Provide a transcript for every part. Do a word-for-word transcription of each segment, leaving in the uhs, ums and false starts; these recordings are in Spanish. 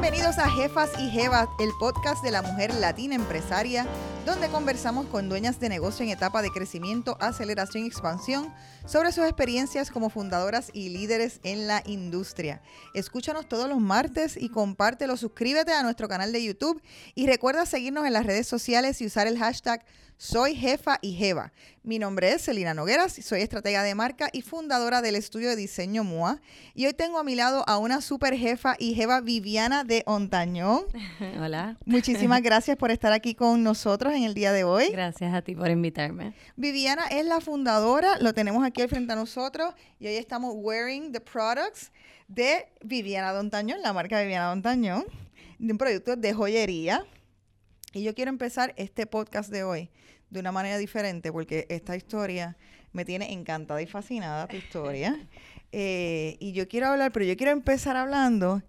Bienvenidos a Jefas y Jevas, el podcast de la mujer latina empresaria, donde conversamos con dueñas de negocio en etapa de crecimiento, aceleración y expansión sobre sus experiencias como fundadoras y líderes en la industria. Escúchanos todos los martes y compártelo, suscríbete a nuestro canal de YouTube y recuerda seguirnos en las redes sociales y usar el hashtag Soy Jefa y Jeva. Mi nombre es Celina Nogueras, soy estratega de marca y fundadora del estudio de diseño M U A. Y hoy tengo a mi lado a una super jefa y jeva, Viviana de Ontañón. Hola. Muchísimas gracias por estar aquí con nosotros en el día de hoy. Gracias a ti por invitarme. Viviana es la fundadora, lo tenemos aquí al frente a nosotros y hoy estamos wearing the products de Viviana de Ontañón, la marca Viviana de Ontañón, de un producto de joyería. Y yo quiero empezar este podcast de hoy de una manera diferente porque esta historia me tiene encantada y fascinada, tu historia. Eh, y yo quiero hablar, pero yo quiero empezar hablando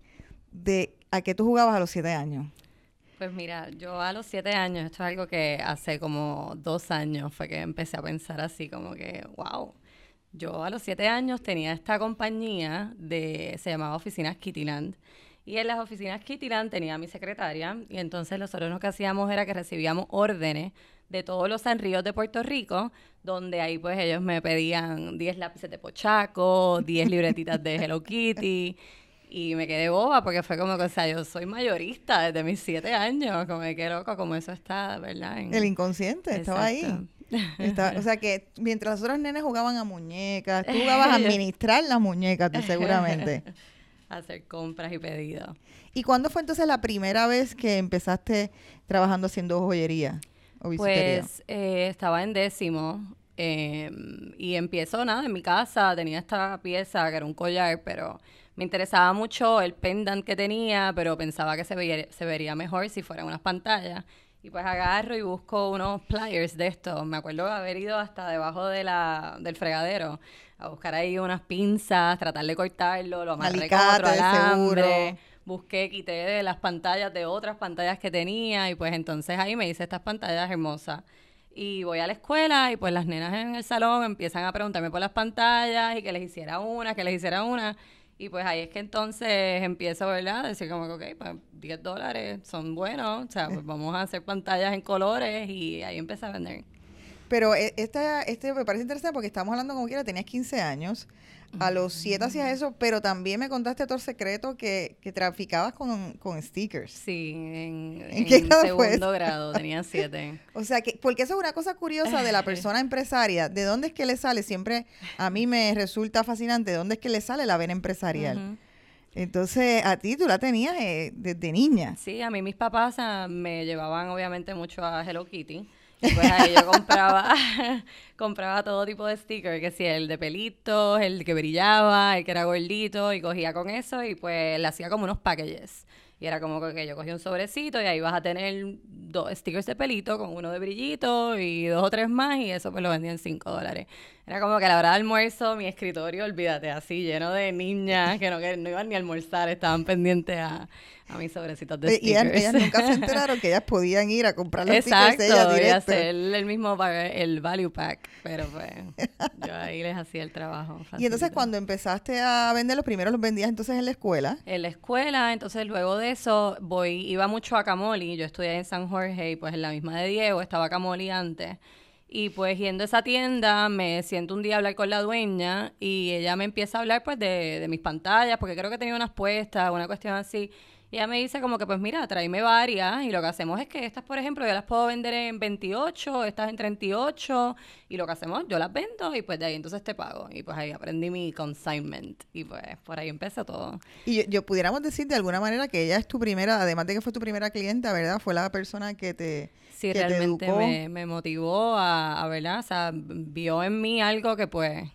de a qué tú jugabas a los siete años. Pues mira, yo a los siete años, esto es algo que hace como dos años fue que empecé a pensar así como que, wow. Yo a los siete años tenía esta compañía de, se llamaba Oficinas Kittyland. Y en las oficinas Kittyland tenía a mi secretaria y entonces nosotros lo que hacíamos era que recibíamos órdenes de todos los Sanríos de Puerto Rico, donde ahí pues ellos me pedían diez lápices de Pochaco, diez libretitas de Hello Kitty y me quedé boba porque fue como que, o sea, yo soy mayorista desde mis siete años, como que qué loco como eso está, ¿verdad? En... El inconsciente estaba ahí. Está, o sea que mientras los otros nenes jugaban a muñecas, tú jugabas a administrar las muñecas, tú seguramente. Hacer compras y pedidos. ¿Y cuándo fue entonces la primera vez que empezaste trabajando haciendo joyería o bisutería? Pues eh, estaba en décimo eh, y empiezo nada en mi casa, tenía esta pieza que era un collar, pero me interesaba mucho el pendant que tenía, pero pensaba que se, veía, se vería mejor si fueran unas pantallas. Y pues agarro y busco unos pliers de estos. Me acuerdo de haber ido hasta debajo de la, del fregadero a buscar ahí unas pinzas, tratar de cortarlo, lo amarré con otro alambre. Busqué, quité de las pantallas de otras pantallas que tenía y pues entonces ahí me hice estas pantallas hermosas. Y voy a la escuela y pues las nenas en el salón empiezan a preguntarme por las pantallas y que les hiciera una, que les hiciera una. Y pues ahí es que entonces empiezo, ¿verdad? A decir como que, ok, pues diez dólares son buenos, o sea, pues vamos a hacer pantallas en colores y ahí empecé a vender. Pero esta, este me parece interesante porque estamos hablando como quiera, tenías quince años, a los siete hacías eso, pero también me contaste todo el secreto que, que traficabas con, con stickers. Sí, en, ¿En, en qué grado segundo fue? grado, tenía siete. O sea, que porque eso es una cosa curiosa de la persona empresaria, ¿de dónde es que le sale? Siempre a mí me resulta fascinante, ¿de dónde es que le sale la vena empresarial? Uh-huh. Entonces, a ti tú la tenías eh, desde niña. Sí, a mí mis papás uh, me llevaban obviamente mucho a Hello Kitty. Y pues ahí yo compraba, compraba todo tipo de stickers, que sí, el de pelitos, el que brillaba, el que era gordito, y cogía con eso y pues le hacía como unos packages. Y era como que yo cogía un sobrecito y ahí vas a tener dos stickers de pelito con uno de brillito y dos o tres más y eso pues lo vendía en cinco dólares. Era como que a la hora de almuerzo, mi escritorio, olvídate, así lleno de niñas que no, que no iban ni a almorzar, estaban pendientes a, a mis sobrecitos de stickers. Y ellas, ellas nunca se enteraron que ellas podían ir a comprar los Exacto, stickers de ellas directo. y hacer el mismo, el value pack, pero pues yo ahí les hacía el trabajo. Facilito. Y entonces cuando empezaste a vender, los primeros los vendías entonces en la escuela. En la escuela, entonces luego de eso voy, iba mucho a Camoli, yo estudié en San Jorge y pues en la misma de Diego, estaba Camoli antes. Y pues yendo a esa tienda, me siento un día a hablar con la dueña y ella me empieza a hablar pues de, de mis pantallas, porque creo que tenía unas puestas, una cuestión así. Y ella me dice como que pues mira, tráeme varias y lo que hacemos es que estas, por ejemplo, yo las puedo vender en veintiocho, estas en treinta y ocho y lo que hacemos, yo las vendo y pues de ahí entonces te pago. Y pues ahí aprendí mi consignment y pues por ahí empezó todo. Y yo, yo pudiéramos decir de alguna manera que ella es tu primera, además de que fue tu primera clienta, ¿verdad? Fue la persona que te Sí, que realmente te educó. Me, me motivó a, a, ¿verdad? O sea, vio en mí algo que pues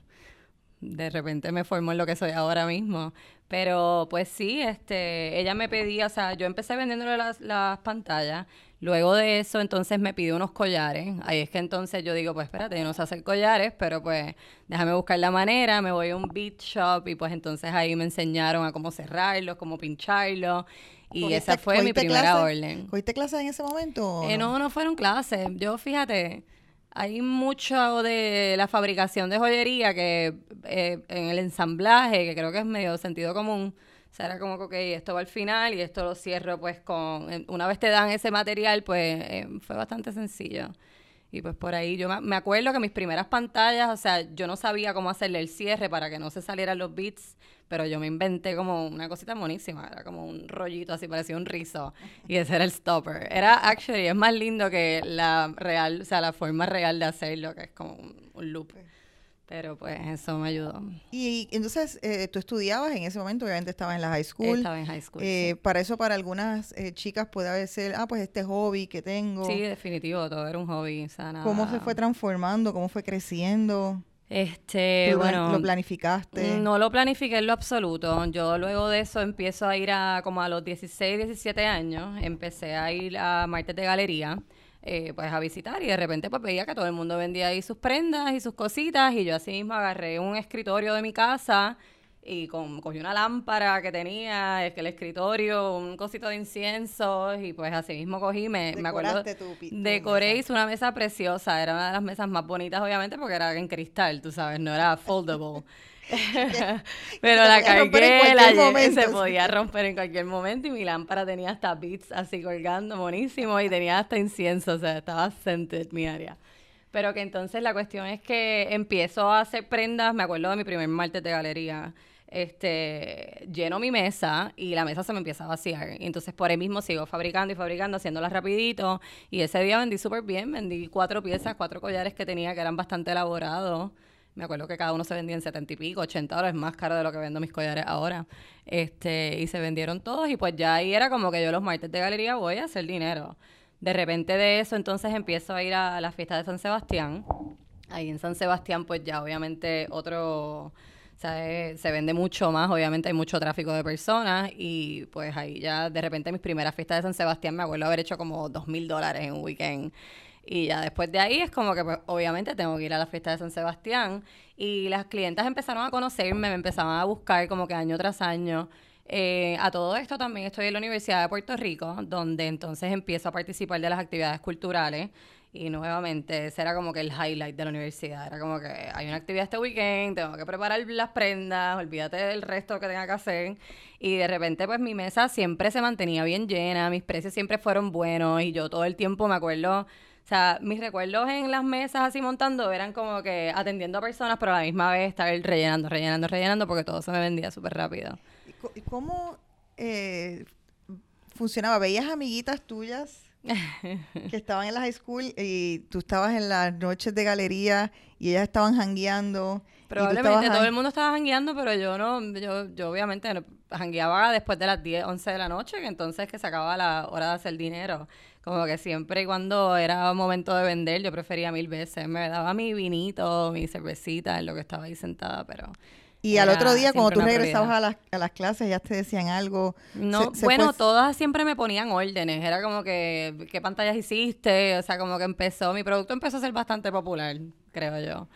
de repente me formó en lo que soy ahora mismo. Pero pues sí, este, ella me pedía, o sea, yo empecé vendiéndole las, las pantallas. Luego de eso, entonces me pidió unos collares. Ahí es que entonces yo digo, pues espérate, yo no sé hacer collares, pero pues déjame buscar la manera. Me voy a un bead shop y pues entonces ahí me enseñaron a cómo cerrarlos, cómo pincharlos. Y esa fue mi primera clase, orden. ¿Cogiste clases en ese momento? Eh, no, no fueron clases. Yo, fíjate, hay mucho de la fabricación de joyería que eh, en el ensamblaje, que creo que es medio sentido común, O sea, era como que, ok, esto va al final y esto lo cierro pues con... Una vez te dan ese material, pues eh, fue bastante sencillo. Y pues por ahí yo me, me acuerdo que mis primeras pantallas, o sea, yo no sabía cómo hacerle el cierre para que no se salieran los bits, pero yo me inventé como una cosita monísima, era como un rollito así, parecía un rizo, y ese era el stopper. Era, actually, es más lindo que la real, o sea, la forma real de hacerlo, que es como un, un loop. Pero pues eso me ayudó. Y, y entonces eh, tú estudiabas en ese momento, obviamente estabas en la high school. Estaba en high school, eh, sí. Para eso, para algunas eh, chicas puede ser, ah, pues este hobby que tengo. Sí, definitivo, todo era un hobby, o sea, nada. ¿Cómo se fue transformando? ¿Cómo fue creciendo? Este, ¿Tú bueno, lo planificaste? No lo planifiqué en lo absoluto. Yo luego de eso empiezo a ir a, como a los dieciséis, diecisiete años, empecé a ir a martes de galería, eh, pues a visitar, y de repente pues veía que todo el mundo vendía ahí sus prendas y sus cositas, y yo así mismo agarré un escritorio de mi casa y con, cogí una lámpara que tenía, es que el escritorio, un cosito de incienso, y pues así mismo cogí, me, me acuerdo, Decoraste tu pi- tu decoré, mesa. hice una mesa preciosa, era una de las mesas más bonitas obviamente porque era en cristal, tú sabes, no era foldable. Pero se la podía romper en cargué, la cualquier lle- momento, se sí. podía romper en cualquier momento, y mi lámpara tenía hasta beads así colgando, buenísimo, y tenía hasta incienso, o sea, estaba scented mi área. Pero que entonces la cuestión es que empiezo a hacer prendas, me acuerdo de mi primer martes de galería, este, lleno mi mesa y la mesa se me empieza a vaciar. Y entonces por ahí mismo sigo fabricando y fabricando, haciéndolas rapidito. Y ese día vendí súper bien, vendí cuatro piezas, cuatro collares que tenía que eran bastante elaborados. Me acuerdo que cada uno se vendía en setenta y pico, ochenta dólares, más caro de lo que vendo mis collares ahora. Este, y se vendieron todos, y pues ya ahí era como que yo los martes de galería voy a hacer dinero. De repente de eso, entonces empiezo a ir a la fiesta de San Sebastián. Ahí en San Sebastián, pues ya obviamente otro... O sea, eh, se vende mucho más, obviamente hay mucho tráfico de personas, y pues ahí ya de repente mis primeras fiestas de San Sebastián me acuerdo haber hecho como dos mil dólares en un weekend. Y ya después de ahí es como que pues obviamente tengo que ir a la fiesta de San Sebastián, y las clientas empezaron a conocerme, me empezaban a buscar como que año tras año. Eh, a todo esto también estoy en la Universidad de Puerto Rico, donde entonces empiezo a participar de las actividades culturales. Y nuevamente, ese era como que el highlight de la universidad. Era como que hay una actividad este weekend, tengo que preparar las prendas, olvídate del resto que tenga que hacer. Y de repente, pues mi mesa siempre se mantenía bien llena, mis precios siempre fueron buenos, y yo todo el tiempo me acuerdo, o sea, mis recuerdos en las mesas así montando eran como que atendiendo a personas, pero a la misma vez estar rellenando, rellenando, rellenando, porque todo se me vendía súper rápido. ¿Y co- y cómo eh, funcionaba? ¿Veías amiguitas tuyas que estaban en la high school y tú estabas en las noches de galería y ellas estaban jangueando? Probablemente todo el mundo estaba jangueando, pero yo no, yo, yo obviamente no, jangueaba después de las diez, once de la noche, que entonces que se acababa la hora de hacer dinero. Como que siempre y cuando era momento de vender, yo prefería mil veces. Me daba mi vinito, mi cervecita, en lo que estaba ahí sentada, pero... Y al otro día, cuando tú siempre una regresabas prioridad. a las, a las clases, ya te decían algo. No, Se, se bueno, fue- todas siempre me ponían órdenes. Era como que, ¿qué pantallas hiciste? O sea, como que empezó, mi producto empezó a ser bastante popular, creo yo.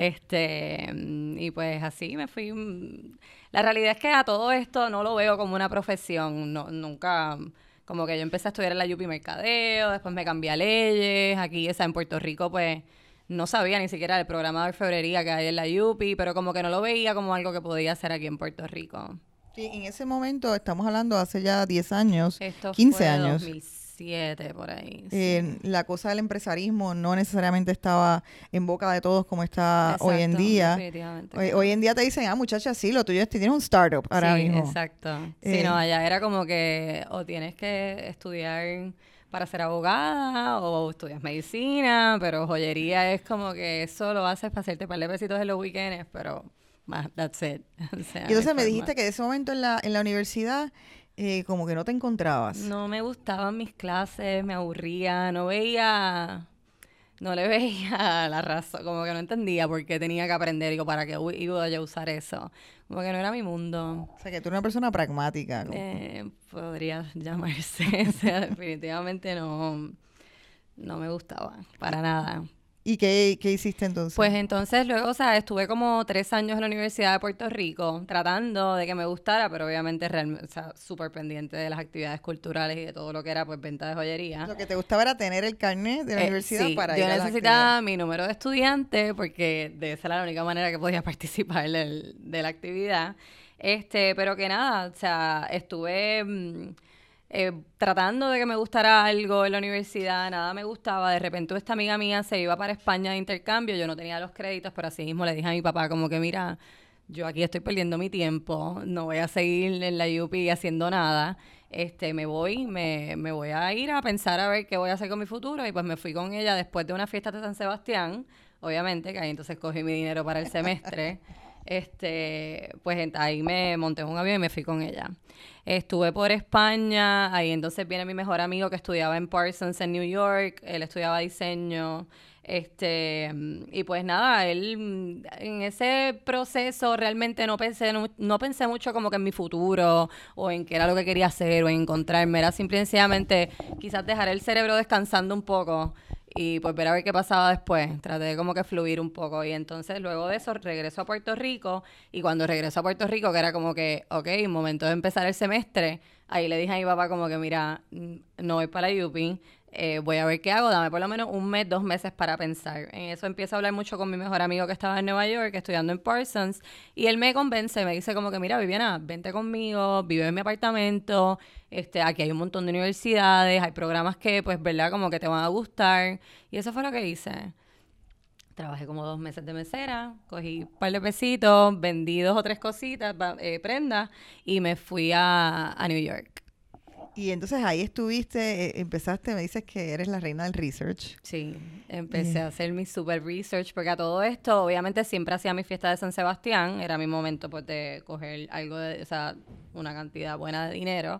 Este, mm, y pues así me fui. mm, La realidad es que a todo esto no lo veo como una profesión. No, nunca, como que yo empecé a estudiar en la U P I Mercadeo, después me cambié a leyes. Aquí, o sea, en Puerto Rico, pues no sabía ni siquiera el programa de orfebrería que hay en la U P I, pero como que no lo veía como algo que podía hacer aquí en Puerto Rico. Sí, en ese momento, estamos hablando hace ya diez años, Esto quince fue años. dos mil siete, por ahí. eh, Sí. la cosa del empresarismo no necesariamente estaba en boca de todos como está hoy en Exacto, día. definitivamente Hoy, que no. hoy en día te dicen, ah, muchacha, sí, lo tuyo es, tienes un startup ahora Sí, mismo. exacto. Eh, Sí, no, allá era como que o tienes que estudiar para ser abogada o estudias medicina, pero joyería es como que eso lo haces para hacerte par de besitos en los weekends, pero más, that's it. O sea, Y no hay entonces me forma. dijiste que de ese momento en la, en la universidad, eh, como que no te encontrabas. No me gustaban mis clases, me aburría, no veía, no le veía la razón, como que no entendía por qué tenía que aprender, digo, para qué u- iba yo a usar eso. Como que no era mi mundo. O sea, que tú eres una persona pragmática. como- Eh, podría llamarse, o sea, definitivamente no, no me gustaba, para nada. ¿Y qué, qué hiciste entonces? Pues entonces luego, o sea, estuve como tres años en la Universidad de Puerto Rico tratando de que me gustara, pero obviamente realmente, o sea, súper pendiente de las actividades culturales y de todo lo que era pues venta de joyería. Lo que te gustaba era tener el carnet de la Eh, universidad sí, para yo ir a las necesitaba actividades. mi número de estudiante porque de esa era la única manera que podía participar del- de la actividad. Este, pero que nada, o sea, estuve mm, eh, tratando de que me gustara algo en la universidad, nada me gustaba. De repente esta amiga mía se iba para España de intercambio, yo no tenía los créditos, pero así mismo le dije a mi papá como que mira, yo aquí estoy perdiendo mi tiempo, no voy a seguir en la U P haciendo nada. Este, me voy, me, me voy a ir a pensar a ver qué voy a hacer con mi futuro. Y pues me fui con ella después de una fiesta de San Sebastián, obviamente, que ahí entonces cogí mi dinero para el semestre. Este, pues ent- ahí me monté en un avión y me fui con ella. Estuve por España, ahí entonces viene mi mejor amigo que estudiaba en Parsons en New York, él estudiaba diseño. Este, mm, y pues nada, él mm, en ese proceso realmente no pensé, no, no pensé mucho como que en mi futuro o en qué era lo que quería hacer o en encontrarme, era simple y sencillamente quizás dejar el cerebro descansando un poco y pues ver a ver qué pasaba después. Traté de como que fluir un poco y entonces luego de eso regreso a Puerto Rico y cuando regreso a Puerto Rico, que era como que, ok, momento de empezar el semestre, ahí le dije a mi papá como que mira, mm, no voy para la U P, eh, voy a ver qué hago, dame por lo menos un mes, dos meses para pensar. En eso empiezo a hablar mucho con mi mejor amigo que estaba en Nueva York, estudiando en Parsons, y él me convence, me dice como que, mira, Viviana, vente conmigo, vive en mi apartamento, este, aquí hay un montón de universidades, hay programas que, pues, verdad, como que te van a gustar, y eso fue lo que hice. Trabajé como dos meses de mesera, cogí un par de pesitos, vendí dos o tres cositas, ba- eh, prendas, y me fui a, a New York. Y entonces ahí estuviste, eh, empezaste, me dices que eres la reina del research. Sí, empecé Yeah. a hacer mi super research porque a todo esto, obviamente siempre hacía mi fiesta de San Sebastián, era mi momento pues de coger algo de, o sea, una cantidad buena de dinero.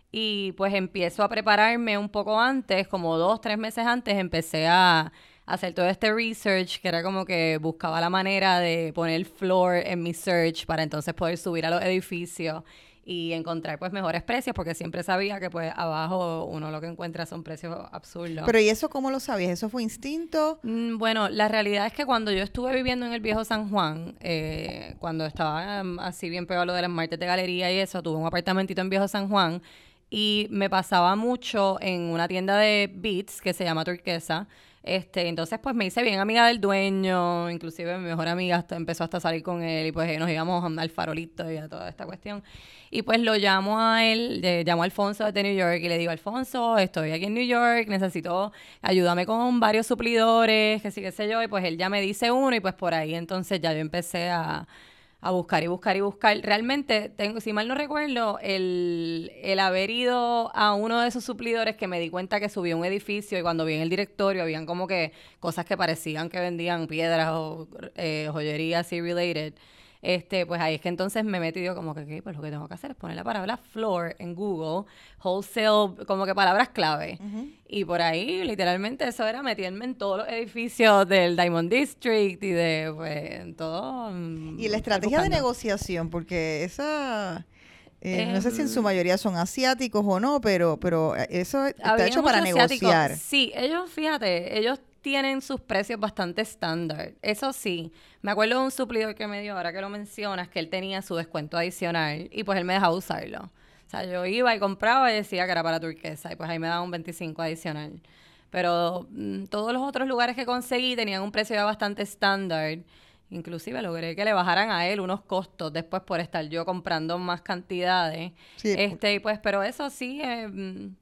Y pues empiezo a prepararme un poco antes, como dos, tres meses antes, empecé a, a hacer todo este research, que era como que buscaba la manera de poner floor en mi search para entonces poder subir a los edificios y encontrar pues mejores precios, porque siempre sabía que pues abajo uno lo que encuentra son precios absurdos. Pero ¿y eso cómo lo sabías? ¿Eso fue instinto? Mm, Bueno, la realidad es que cuando yo estuve viviendo en el viejo San Juan, eh, cuando estaba um, así bien pegado a lo de las martes de galería y eso, tuve un apartamentito en viejo San Juan y me pasaba mucho en una tienda de Beats que se llama Turquesa. Este, entonces pues me hice bien amiga del dueño, inclusive mi mejor amiga hasta empezó hasta a salir con él y pues eh, nos íbamos a- al farolito y a toda esta cuestión. Y pues lo llamo a él, le llamo a Alfonso desde New York y le digo, Alfonso, estoy aquí en New York, necesito, ayúdame con varios suplidores, que sí, qué sé yo, y pues él ya me dice uno y pues por ahí entonces ya yo empecé a, a buscar y buscar y buscar. Realmente, tengo, si mal no recuerdo, el, el haber ido a uno de esos suplidores que me di cuenta que subía un edificio y cuando vi en el directorio habían como que cosas que parecían que vendían piedras o eh, joyería así related. Este, pues ahí es que entonces me metí yo como que, ok, pues lo que tengo que hacer es poner la palabra floor en Google, wholesale, como que palabras clave. Ujú. Y por ahí, literalmente, eso era meterme en todos los edificios del Diamond District y de, pues, en todo. mm, Y la estar estrategia de buscando. negociación, porque esa, eh, no sé si en su Em, mayoría son asiáticos o no, pero, pero eh, eso está Había hecho para muchos asiáticos. negociar. Sí, ellos, fíjate, ellos tienen sus precios bastante estándar. Eso sí, me acuerdo de un suplidor que me dio, ahora que lo mencionas, que él tenía su descuento adicional y pues él me dejaba usarlo. O sea, yo iba y compraba y decía que era para Turquesa y pues ahí me daba un veinticinco adicional. Pero mm, todos los otros lugares que conseguí tenían un precio ya bastante estándar. Inclusive logré que le bajaran a él unos costos después por estar yo comprando más cantidades. Sí, Este, y pues, pero eso sí, eh, mm,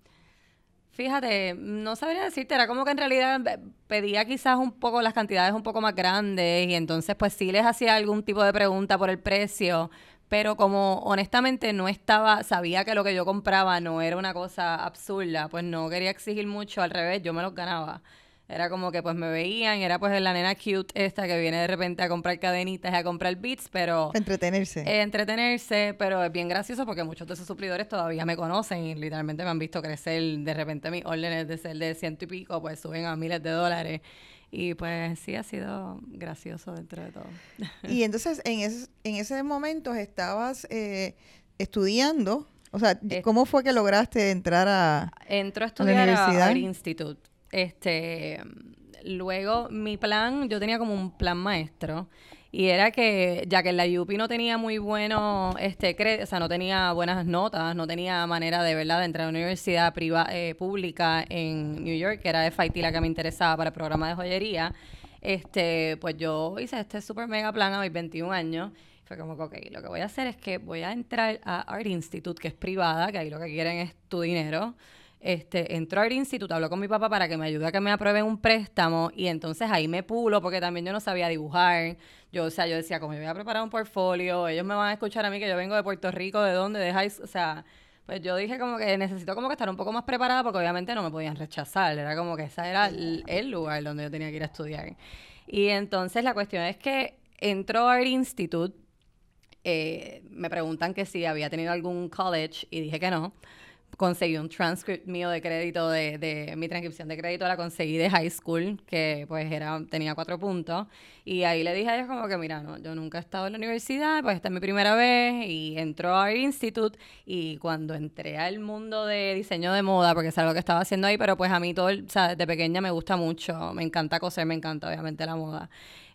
fíjate, no sabría decirte, era como que en realidad eh, pedía quizás un poco las cantidades un poco más grandes y entonces pues sí les hacía algún tipo de pregunta por el precio, pero como honestamente no estaba, sabía que lo que yo compraba no era una cosa absurda, pues no quería exigir mucho, al revés, yo me los ganaba. Era como que pues me veían, era pues la nena cute esta que viene de repente a comprar cadenitas y a comprar beats, pero para entretenerse. eh, entretenerse, pero es bien gracioso porque muchos de esos suplidores todavía me conocen y literalmente me han visto crecer. De repente mis órdenes de ser de ciento y pico, pues suben a miles de dólares. Y pues sí ha sido gracioso dentro de todo. Y entonces en ese, en ese momento estabas eh, estudiando, o sea, Eh, ¿cómo fue que lograste entrar a, Entro a a la estudiar a universidad? Art Institute. Este, luego mi plan, yo tenía como un plan maestro y era que ya que en la U P no tenía muy bueno, este, cre- o sea, no tenía buenas notas, no tenía manera de verdad de entrar a una universidad priva- eh, pública en New York, que era F I T la que me interesaba para el programa de joyería. Este, pues yo hice este super mega plan a mis veintiún años. Fue como que, ok, lo que voy a hacer es que voy a entrar a Art Institute, que es privada, que ahí lo que quieren es tu dinero. Este, entró a Art Institute, habló con mi papá para que me ayude a que me aprueben un préstamo y entonces ahí me pulo porque también yo no sabía dibujar. Yo, o sea, yo decía, como yo voy a preparar un portfolio, ellos me van a escuchar a mí que yo vengo de Puerto Rico, ¿de dónde? De high, o sea, pues yo dije como que necesito como que estar un poco más preparada porque obviamente no me podían rechazar, era como que ese era el, el lugar donde yo tenía que ir a estudiar. Y entonces la cuestión es que entró a Art Institute, eh, me preguntan que si había tenido algún college y dije que no. Conseguí un transcript mío de crédito, de, de mi transcripción de crédito la conseguí de high school, que pues era tenía cuatro puntos, y ahí le dije a ellos como que, mira, no, yo nunca he estado en la universidad, pues esta es mi primera vez, y entró a Art Institute, y cuando entré al mundo de diseño de moda, porque es algo que estaba haciendo ahí, pero pues a mí todo, el, o sea, desde pequeña me gusta mucho, me encanta coser, me encanta obviamente la moda,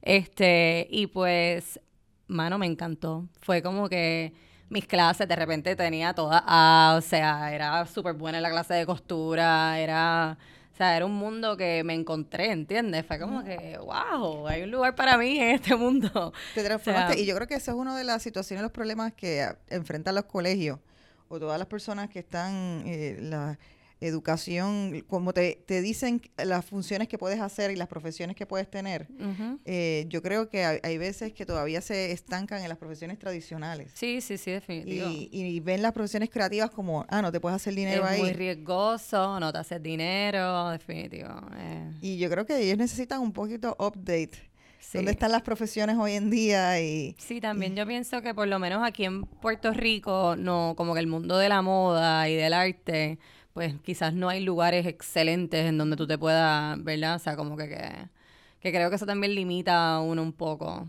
este, y pues, mano, me encantó, fue como que mis clases, de repente tenía todas A, o sea, era súper buena en la clase de costura, era, o sea, era un mundo que me encontré, ¿entiendes? Fue como que, wow, hay un lugar para mí en este mundo. Te transformaste, O sea, y yo creo que esa es una de las situaciones, los problemas que a- enfrentan los colegios o todas las personas que están eh, la educación, como te, te dicen las funciones que puedes hacer y las profesiones que puedes tener. ujú. Eh, yo creo que hay, hay veces que todavía se estancan en las profesiones tradicionales Sí, sí, sí, definitivo. y, y ven las profesiones creativas como, ah, no te puedes hacer dinero Es muy ahí. riesgoso, no te haces dinero, definitivo. eh, Y yo creo que ellos necesitan un poquito update. sí. ¿Dónde están las profesiones hoy en día? Y, Sí, también yo pienso que por lo menos aquí en Puerto Rico, no, como que el mundo de la moda y del arte, pues quizás no hay lugares excelentes en donde tú te puedas, ¿verdad? O sea, como que, que, que creo que eso también limita a uno un poco.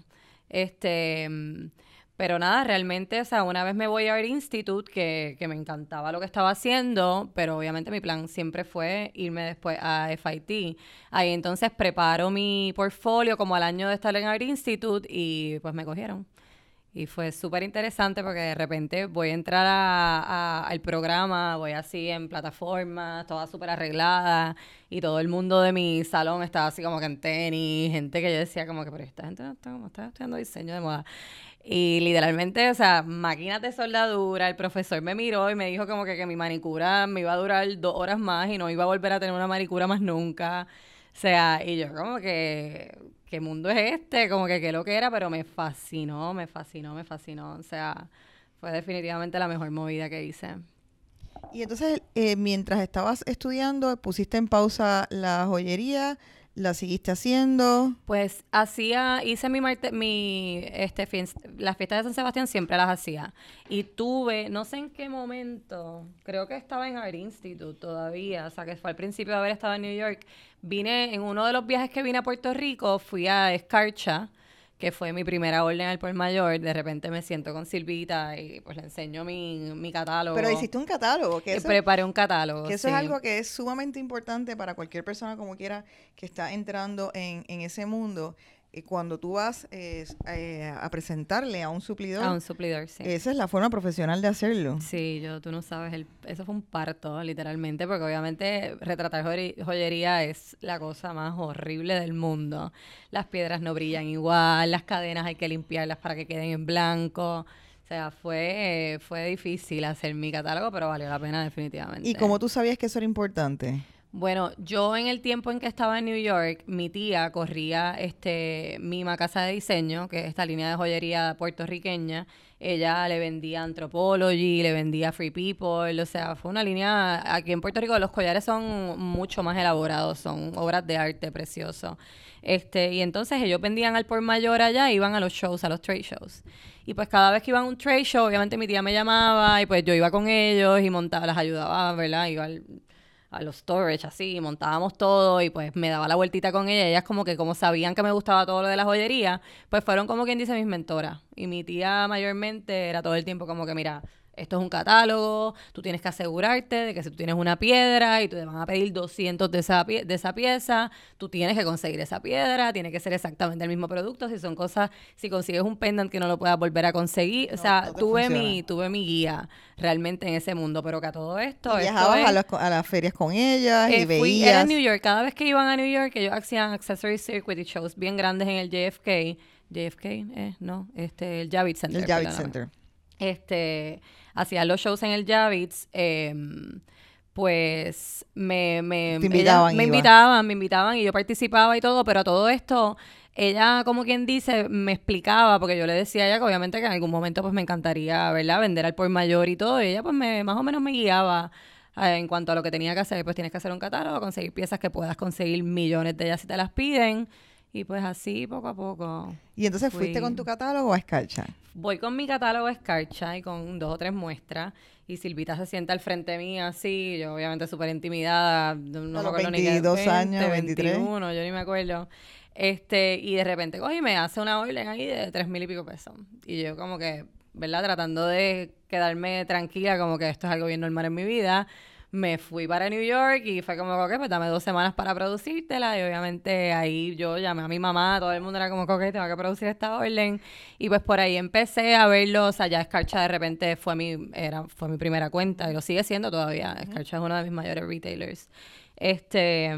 Este, mm, pero nada, realmente, o sea, una vez me voy a Art Institute, que, que me encantaba lo que estaba haciendo, pero obviamente mi plan siempre fue irme después a F I T. Ahí entonces preparo mi portfolio como al año de estar en Art Institute y pues me cogieron. Y fue súper interesante porque de repente voy a entrar a, a- al programa, voy así en plataformas, toda súper arreglada y todo el mundo de mi salón estaba así como que en tenis, gente que yo decía como que, pero esta gente no está como está estudiando diseño de moda. Y literalmente, o sea, máquinas de soldadura, el profesor me miró y me dijo como que, que mi manicura me iba a durar dos horas más y no iba a volver a tener una manicura más nunca. O sea, y yo como que, ¿qué mundo es este? Como que qué lo que era, pero me fascinó, me fascinó, me fascinó. O sea, fue definitivamente la mejor movida que hice. y entonces, eh, mientras estabas estudiando, pusiste en pausa la joyería, la seguiste haciendo. Pues hacía, hice mi, marte- mi este, fies- las fiestas de San Sebastián siempre las hacía. Y tuve, no sé en qué momento, creo que estaba en Art Institute todavía, o sea que fue al principio de haber estado en New York. Vine, en uno de los viajes que vine a Puerto Rico, fui a Escarcha, que fue mi primera orden al por mayor. De repente me siento con Silvita y pues le enseño mi, mi catálogo. Pero hiciste un catálogo, que Y eso, preparé un catálogo, que eso es sí. algo que es sumamente importante para cualquier persona como quiera que está entrando en, en ese mundo. Y cuando tú vas eh, eh, a presentarle a un suplidor, A un suplidor, sí. esa es la forma profesional de hacerlo. Sí, yo, tú no sabes, el, eso fue un parto, literalmente, porque obviamente retratar joyeri- joyería es la cosa más horrible del mundo. Las piedras no brillan igual, las cadenas hay que limpiarlas para que queden en blanco. O sea, fue, fue difícil hacer mi catálogo, pero valió la pena definitivamente. ¿Y cómo tú sabías que eso era importante? Bueno, yo en el tiempo en que estaba en New York, mi tía corría este Mima Casa de Diseño, que es esta línea de joyería puertorriqueña. Ella le vendía Anthropology, le vendía Free People, o sea, fue una línea, aquí en Puerto Rico los collares son mucho más elaborados, son obras de arte precioso. Este, y entonces ellos vendían al por mayor allá, iban a los shows, a los trade shows. Y pues cada vez que iban a un trade show, obviamente mi tía me llamaba y pues yo iba con ellos y montaba, las ayudaba, ¿verdad? Iba al a los storage, así, montábamos todo y pues me daba la vueltita con ella. Ellas como que como sabían que me gustaba todo lo de la joyería, pues fueron como quien dice mis mentoras. Y mi tía mayormente era todo el tiempo como que, mira, esto es un catálogo, tú tienes que asegurarte de que si tú tienes una piedra y te van a pedir doscientos de esa, pie- de esa pieza, tú tienes que conseguir esa piedra, tiene que ser exactamente el mismo producto. Si son cosas, si consigues un pendant que no lo puedas volver a conseguir, o No, sea, no te tuve funciona. mi, tuve mi guía realmente en ese mundo, pero que a todo esto, Y esto viajabas es... a, las co- a las ferias con ellas y Eh, fui, era veías. en New York. Cada vez que iban a New York, ellos hacían accessory circuit y shows bien grandes en el J F K. J F K, eh, no, este, el Javits Center. El Javits Center. Este, hacía los shows en el Javits, eh, pues me, me, Te invitaban, ella, me iba. invitaban, me invitaban y yo participaba y todo, pero a todo esto, ella, como quien dice, me explicaba, porque yo le decía a ella que obviamente que en algún momento pues me encantaría, ¿verdad?, vender al por mayor y todo, y ella pues me, más o menos me guiaba eh, en cuanto a lo que tenía que hacer. Pues tienes que hacer un catálogo, conseguir piezas que puedas conseguir millones de ellas si te las piden, y pues así poco a poco. ¿Y entonces fui. fuiste con tu catálogo a Escarcha? Voy con mi catálogo Escarcha y con dos o tres muestras. Y Silvita se sienta al frente mío así. Yo obviamente súper intimidada. No me acuerdo ni qué. veintidós años, veintitrés. veintiuno, yo ni me acuerdo. Este, y de repente coge y me hace una orden ahí de tres mil y pico pesos. Y yo como que, ¿verdad? Tratando de quedarme tranquila, como que esto es algo bien normal en mi vida. Me fui para New York y fue como, ok, pues dame dos semanas para producírtela. Y obviamente ahí yo llamé a mi mamá, todo el mundo era como, ok, tengo que producir esta orden. Y pues por ahí empecé a verlo. O sea, ya Escarcha de repente fue mi, era, fue mi primera cuenta y lo sigue siendo todavía. Escarcha es uno de mis mayores retailers. Este...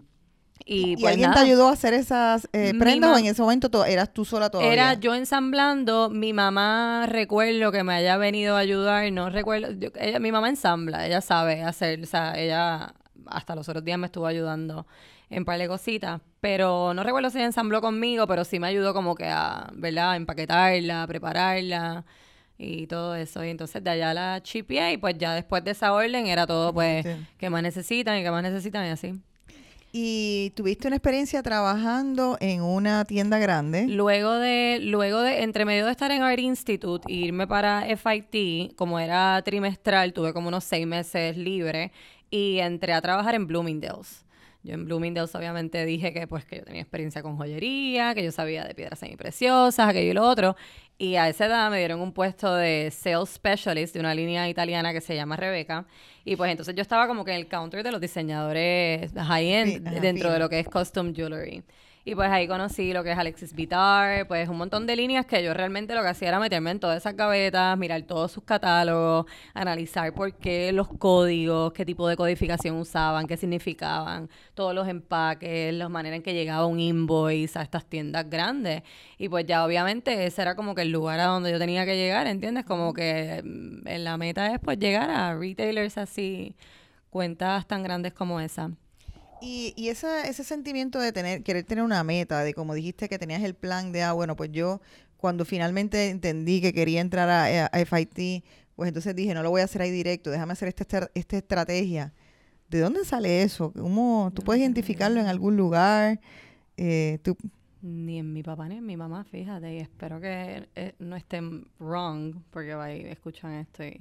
Y, ¿Y pues alguien nada. te ayudó a hacer esas eh, prendas ma- o en ese momento to- eras tú sola todavía? Era yo ensamblando. Mi mamá, recuerdo que me haya venido a ayudar, no recuerdo, yo- ella, mi mamá ensambla, ella sabe hacer, o sea, ella hasta los otros días me estuvo ayudando en un par de cositas, pero no recuerdo si ella ensambló conmigo, pero sí me ayudó como que a, ¿verdad?, a empaquetarla, a prepararla y todo eso. Y entonces de allá la chipié y pues ya después de esa orden era todo pues, Sí. ¿qué más necesitan y qué más necesitan? Y así. Y tuviste una experiencia trabajando en una tienda grande. Luego de, luego de, entre medio de estar en Art Institute e irme para F I T, como era trimestral, tuve como unos seis meses libre y entré a trabajar en Bloomingdale's. Yo en Bloomingdale's obviamente dije que pues que yo tenía experiencia con joyería, que yo sabía de piedras semipreciosas, aquello y lo otro. Y a esa edad me dieron un puesto de Sales Specialist de una línea italiana que se llama Rebeca. Y pues entonces yo estaba como que en el counter de los diseñadores high-end Fi- ajá, dentro de fino. lo que es Custom Jewelry. Y pues ahí conocí lo que es Alexis Vitar, pues un montón de líneas que yo realmente lo que hacía era meterme en todas esas gavetas, mirar todos sus catálogos, analizar por qué los códigos, qué tipo de codificación usaban, qué significaban, todos los empaques, la manera en que llegaba un invoice a estas tiendas grandes. Y pues ya obviamente ese era como que el lugar a donde yo tenía que llegar, ¿entiendes? Como que mm, en la meta es pues llegar a retailers así, cuentas tan grandes como esa. Y, y esa, ese sentimiento de tener, querer tener una meta, de como dijiste que tenías el plan de, ah, bueno, pues yo cuando finalmente entendí que quería entrar a, a F I T, pues entonces dije, no lo voy a hacer ahí directo, déjame hacer esta, estra- esta estrategia. ¿De dónde sale eso? ¿Cómo, ¿Tú puedes identificarlo en algún lugar? Eh, tú, Ni en mi papá ni en mi mamá, fíjate, y espero que eh, no estén wrong, porque ahí escuchan esto y,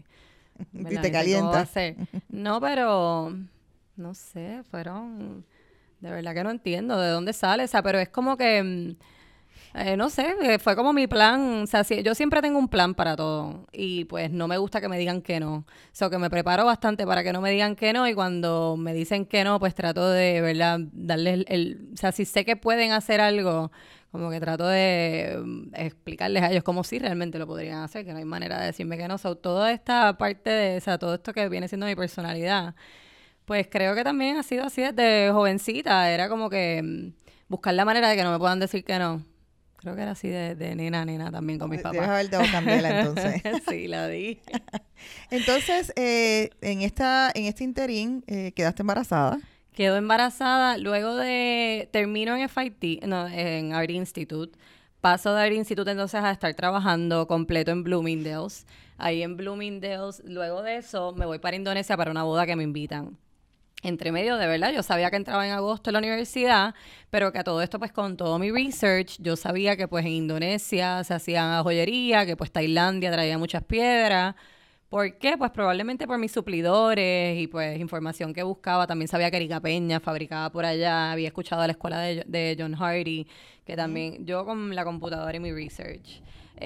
y ¿verdad? te Ni sé cómo va a calientas. ser. No, pero no sé, fueron, de verdad que no entiendo de dónde sale, o sea, pero es como que, mm, eh, no sé, eh, fue como mi plan, o sea, si- yo siempre tengo un plan para todo y pues no me gusta que me digan que no, o sea, que me preparo bastante para que no me digan que no y cuando me dicen que no, pues trato de, ¿verdad?, darles el, el- o sea, si sé que pueden hacer algo, como que trato de mm, explicarles a ellos como si realmente lo podrían hacer, que no hay manera de decirme que no, o sea, toda esta parte de, o sea, todo esto que viene siendo mi personalidad. Pues creo que también ha sido así desde jovencita. Era como que mm, buscar la manera de que no me puedan decir que no. Creo que era así de, de nena a nena también con mis De- Debes papás. haber dado candela entonces. Sí, la di. Entonces, eh, en esta en este interín, eh, quedaste embarazada. Quedo embarazada. Luego de... Termino en F I T, no, en Art Institute. Paso de Art Institute entonces a estar trabajando completo en Bloomingdale's. Ahí en Bloomingdale's. Luego de eso me voy para Indonesia para una boda que me invitan. Entre medio, de verdad, yo sabía que entraba en agosto en la universidad, pero que a todo esto, pues con todo mi research, yo sabía que pues en Indonesia se hacían joyería, que pues Tailandia traía muchas piedras. ¿Por qué? Pues probablemente por mis suplidores y pues información que buscaba. También sabía que Erika Peña fabricaba por allá, había escuchado a la escuela de, de John Hardy, que también, yo con la computadora y mi research.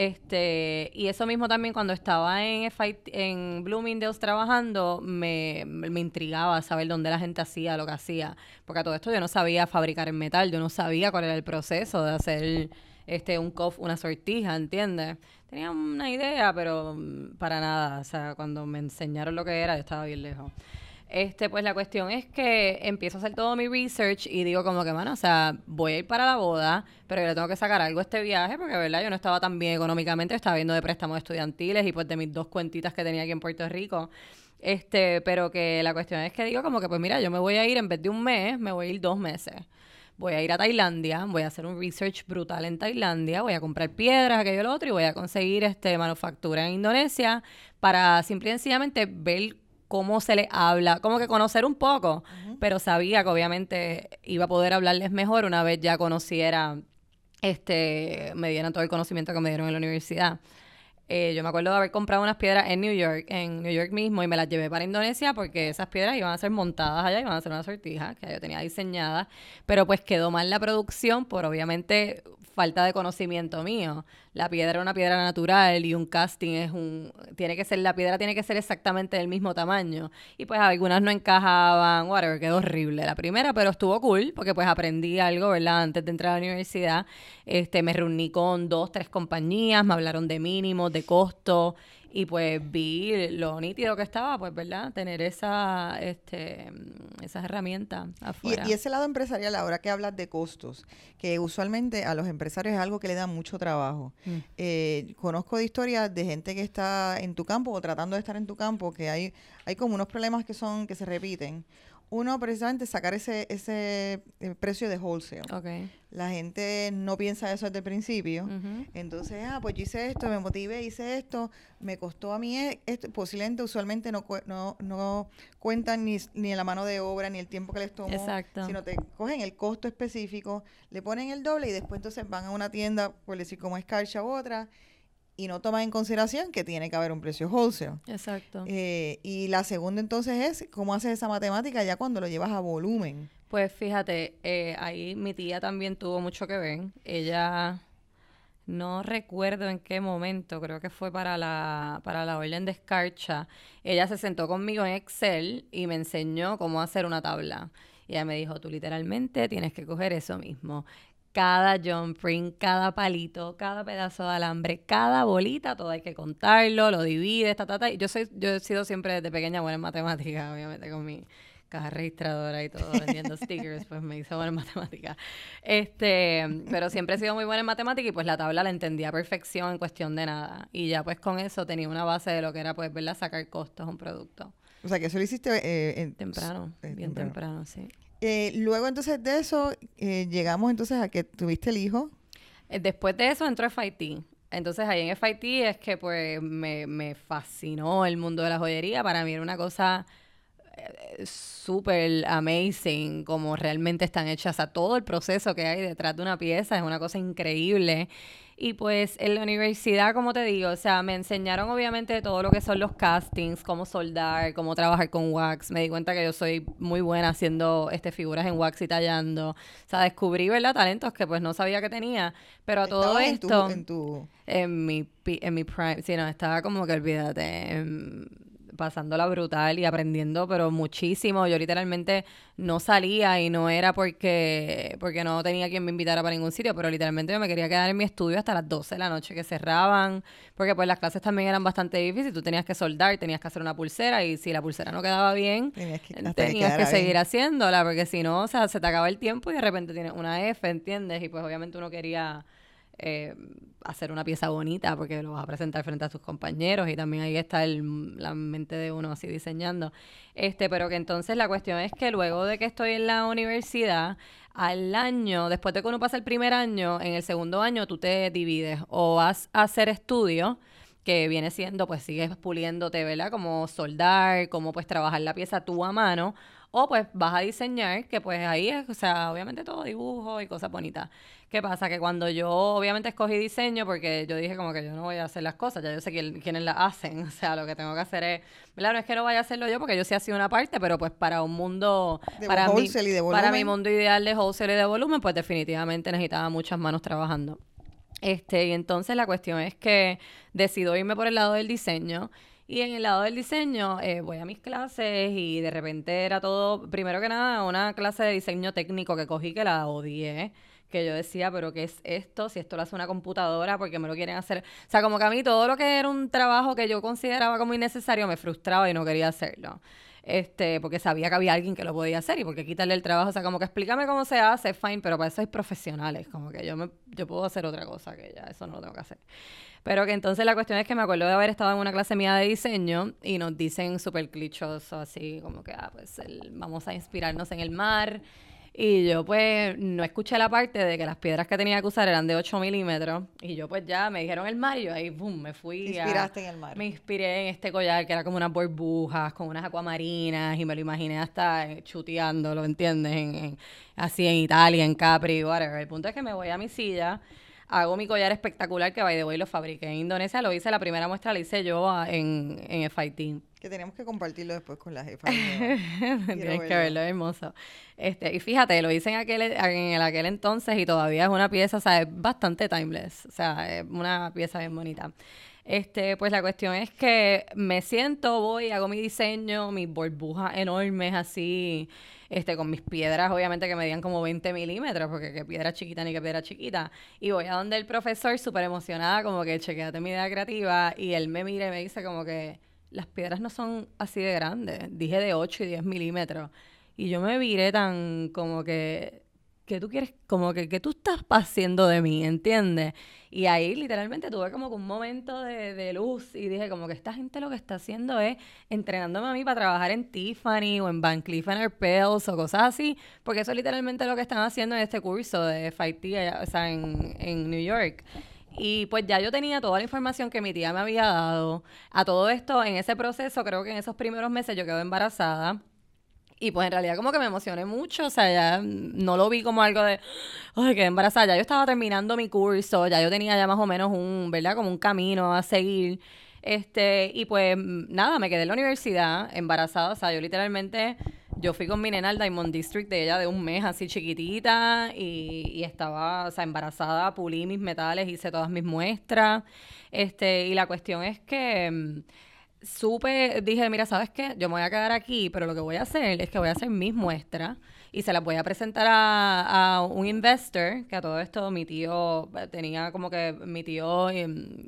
Este, y eso mismo también cuando estaba en F I T, en Bloomingdale's trabajando, me, me intrigaba saber dónde la gente hacía lo que hacía. Porque a todo esto yo no sabía fabricar en metal, yo no sabía cuál era el proceso de hacer este un cof, una sortija, ¿entiendes? Tenía una idea, pero mm, para nada. O sea, cuando me enseñaron lo que era, yo estaba bien lejos. Este, pues la cuestión es que empiezo a hacer todo mi research y digo como que, mano, o sea, voy a ir para la boda, pero yo le tengo que sacar algo a este viaje porque, ¿verdad? Yo no estaba tan bien económicamente, estaba viendo de préstamos estudiantiles y pues de mis dos cuentitas que tenía aquí en Puerto Rico. Este, pero que la cuestión es que digo como que, pues mira, yo me voy a ir en vez de un mes, me voy a ir dos meses. Voy a ir a Tailandia, voy a hacer un research brutal en Tailandia, voy a comprar piedras, aquello y lo otro, y voy a conseguir este manufactura en Indonesia para simple y sencillamente ver cómo se les habla, como que conocer un poco, uh-huh. Pero sabía que obviamente iba a poder hablarles mejor una vez ya conociera, este, me dieran todo el conocimiento que me dieron en la universidad. Eh, yo me acuerdo de haber comprado unas piedras en New York, en New York mismo, y me las llevé para Indonesia porque esas piedras iban a ser montadas allá, iban a ser una sortija que yo tenía diseñada, pero pues quedó mal la producción por obviamente falta de conocimiento mío. La piedra era una piedra natural y un casting es un... tiene que ser, la piedra tiene que ser exactamente del mismo tamaño. Y pues algunas no encajaban, whatever, quedó horrible la primera, pero estuvo cool porque pues aprendí algo, ¿verdad? Antes de entrar a la universidad, este, me reuní con dos, tres compañías, me hablaron de mínimos, de costo, y pues vi lo nítido que estaba, pues, ¿verdad? Tener esa, este, esas herramientas afuera. Y, y ese lado empresarial, ahora que hablas de costos, que usualmente a los empresarios es algo que le da mucho trabajo. Mm. Eh, conozco de historias de gente que está en tu campo o tratando de estar en tu campo, que hay, hay como unos problemas que son, que se repiten. Uno, precisamente, sacar ese ese eh, precio de wholesale. Okay. La gente no piensa eso desde el principio. Uh-huh. Entonces, ah, pues yo hice esto, me motivé, hice esto, me costó a mí esto. Posiblemente, usualmente, no, cu- no, no cuentan ni, ni la mano de obra, ni el tiempo que les tomó. Exacto. Sino te cogen el costo específico, le ponen el doble y después entonces van a una tienda, por decir, como Scarcha u otra, y no toman en consideración que tiene que haber un precio wholesale. Exacto. Eh, y la segunda entonces es cómo haces esa matemática ya cuando lo llevas a volumen. Pues fíjate, eh, ahí mi tía también tuvo mucho que ver. Ella, no recuerdo en qué momento, creo que fue para la, para la orden de escarcha, ella se sentó conmigo en Excel y me enseñó cómo hacer una tabla. Y ella me dijo, tú literalmente tienes que coger eso mismo. Cada jump ring, cada palito, cada pedazo de alambre, cada bolita, todo hay que contarlo, lo divides, ta, ta, ta. Yo soy, yo he sido siempre desde pequeña buena en matemáticas, obviamente con mi caja registradora y todo, vendiendo stickers, pues me hice buena en matemáticas. Este, pero siempre he sido muy buena en matemáticas y pues la tabla la entendía a perfección en cuestión de nada. Y ya pues con eso tenía una base de lo que era pues, verla, sacar costos a un producto. O sea, que eso lo hiciste eh, en, temprano, eh, bien temprano, temprano sí. Eh, luego entonces de eso, eh, llegamos entonces a que tuviste el hijo. Eh, después de eso entró F I T. Entonces ahí en F I T es que pues me, me fascinó el mundo de la joyería. Para mí era una cosa eh, súper amazing, como realmente están hechas. O sea, todo el proceso que hay detrás de una pieza es una cosa increíble. Y pues en la universidad, como te digo, o sea, me enseñaron obviamente todo lo que son los castings, cómo soldar, cómo trabajar con wax. Me di cuenta que yo soy muy buena haciendo este figuras en wax y tallando. O sea, descubrí, ¿verdad? Talentos que pues no sabía que tenía. Pero a todo esto... En, tu, en, tu... en mi en mi prime, sí, no, estaba como que olvídate... En, pasándola brutal y aprendiendo, pero muchísimo. Yo literalmente no salía y no era porque porque no tenía quien me invitara para ningún sitio, pero literalmente yo me quería quedar en mi estudio hasta las doce de la noche que cerraban, porque pues las clases también eran bastante difíciles. Tú tenías que soldar, tenías que hacer una pulsera y si la pulsera no quedaba bien, tenías que, tenías que, que seguir bien. haciéndola, porque si no, o sea, se te acaba el tiempo y de repente tienes una F, ¿entiendes? Y pues obviamente uno quería... Eh, hacer una pieza bonita porque lo vas a presentar frente a tus compañeros y también ahí está el, la mente de uno así diseñando. Este, pero que entonces la cuestión es que luego de que estoy en la universidad, al año, después de que uno pasa el primer año, en el segundo año tú te divides o vas a hacer estudios, que viene siendo, pues sigues puliéndote, ¿verdad? Como soldar, como pues trabajar la pieza tú a mano, o pues vas a diseñar, que pues ahí es, o sea, obviamente todo dibujo y cosas bonitas. ¿Qué pasa? Que cuando yo obviamente escogí diseño, porque yo dije como que yo no voy a hacer las cosas, ya yo sé quién, quiénes las hacen, o sea, lo que tengo que hacer es, ¿verdad? No es que no vaya a hacerlo yo, porque yo sí hacía una parte, pero pues para un mundo, de para mi, y de volumen. Para mi mundo ideal de wholesale y de volumen, pues definitivamente necesitaba muchas manos trabajando. Este, y entonces la cuestión es que decido irme por el lado del diseño. Y en el lado del diseño eh, voy a mis clases y de repente era todo, primero que nada, una clase de diseño técnico que cogí que la odié. Que yo decía, pero ¿qué es esto? Si esto lo hace una computadora, ¿por qué me lo quieren hacer? O sea, como que a mí todo lo que era un trabajo que yo consideraba como innecesario me frustraba y no quería hacerlo. este, porque sabía que había alguien que lo podía hacer y porque quitarle el trabajo, o sea, como que explícame cómo se hace, fine, pero para eso hay profesionales, como que yo me, yo puedo hacer otra cosa que ya eso no lo tengo que hacer. Pero que entonces la cuestión es que me acuerdo de haber estado en una clase mía de diseño y nos dicen súper clichoso, así como que, ah, pues el, vamos a inspirarnos en el mar. Y yo pues no escuché la parte de que las piedras que tenía que usar eran de ocho milímetros. Y yo pues ya me dijeron el mar y yo ahí, boom, me fui. Te inspiraste a, en el mar. Me inspiré en este collar que era como unas burbujas con unas acuamarinas y me lo imaginé hasta chuteando, ¿lo entiendes? En, en, así en Italia, en Capri, whatever. El punto es que me voy a mi silla. Hago mi collar espectacular que, by the way, lo fabriqué en Indonesia. Lo hice, la primera muestra la hice yo a, en, en F I T. Que tenemos que compartirlo después con la jefa. Tienes que verlo, es hermoso. Este, y fíjate, lo hice en aquel, en aquel entonces y todavía es una pieza, o sea, es bastante timeless. O sea, es una pieza bien bonita. Este, pues la cuestión es que me siento, voy, hago mi diseño, mis burbujas enormes así, este, con mis piedras, obviamente que medían como veinte milímetros, porque qué piedra chiquita ni qué piedra chiquita. Y voy a donde el profesor, súper emocionada, como que chequéate mi idea creativa, y él me mira y me dice como que las piedras no son así de grandes. Dije de ocho y diez milímetros. Y yo me viré tan como que, que tú quieres, como que, que tú estás haciendo de mí, ¿entiendes? Y ahí literalmente tuve como que un momento de, de luz y dije como que esta gente lo que está haciendo es entrenándome a mí para trabajar en Tiffany o en Van Cleef and Arpels o cosas así, porque eso es literalmente lo que están haciendo en este curso de F I T, allá, o sea, en, en New York. Y pues ya yo tenía toda la información que mi tía me había dado. A todo esto, en ese proceso, creo que en esos primeros meses yo quedé embarazada. Y pues en realidad como que me emocioné mucho, o sea, ya no lo vi como algo de, ay, quedé embarazada. Ya yo estaba terminando mi curso, ya yo tenía ya más o menos un, ¿verdad? Como un camino a seguir. Este, y pues nada, me quedé en la universidad embarazada, o sea, yo literalmente... Yo fui con mi nena al Diamond District de ella de un mes, así chiquitita, y, y estaba, o sea, embarazada, pulí mis metales, hice todas mis muestras, este, y la cuestión es que um, supe, dije, mira, ¿sabes qué? Yo me voy a quedar aquí, pero lo que voy a hacer es que voy a hacer mis muestras y se las voy a presentar a, a un investor, que a todo esto mi tío tenía como que, mi tío... Um,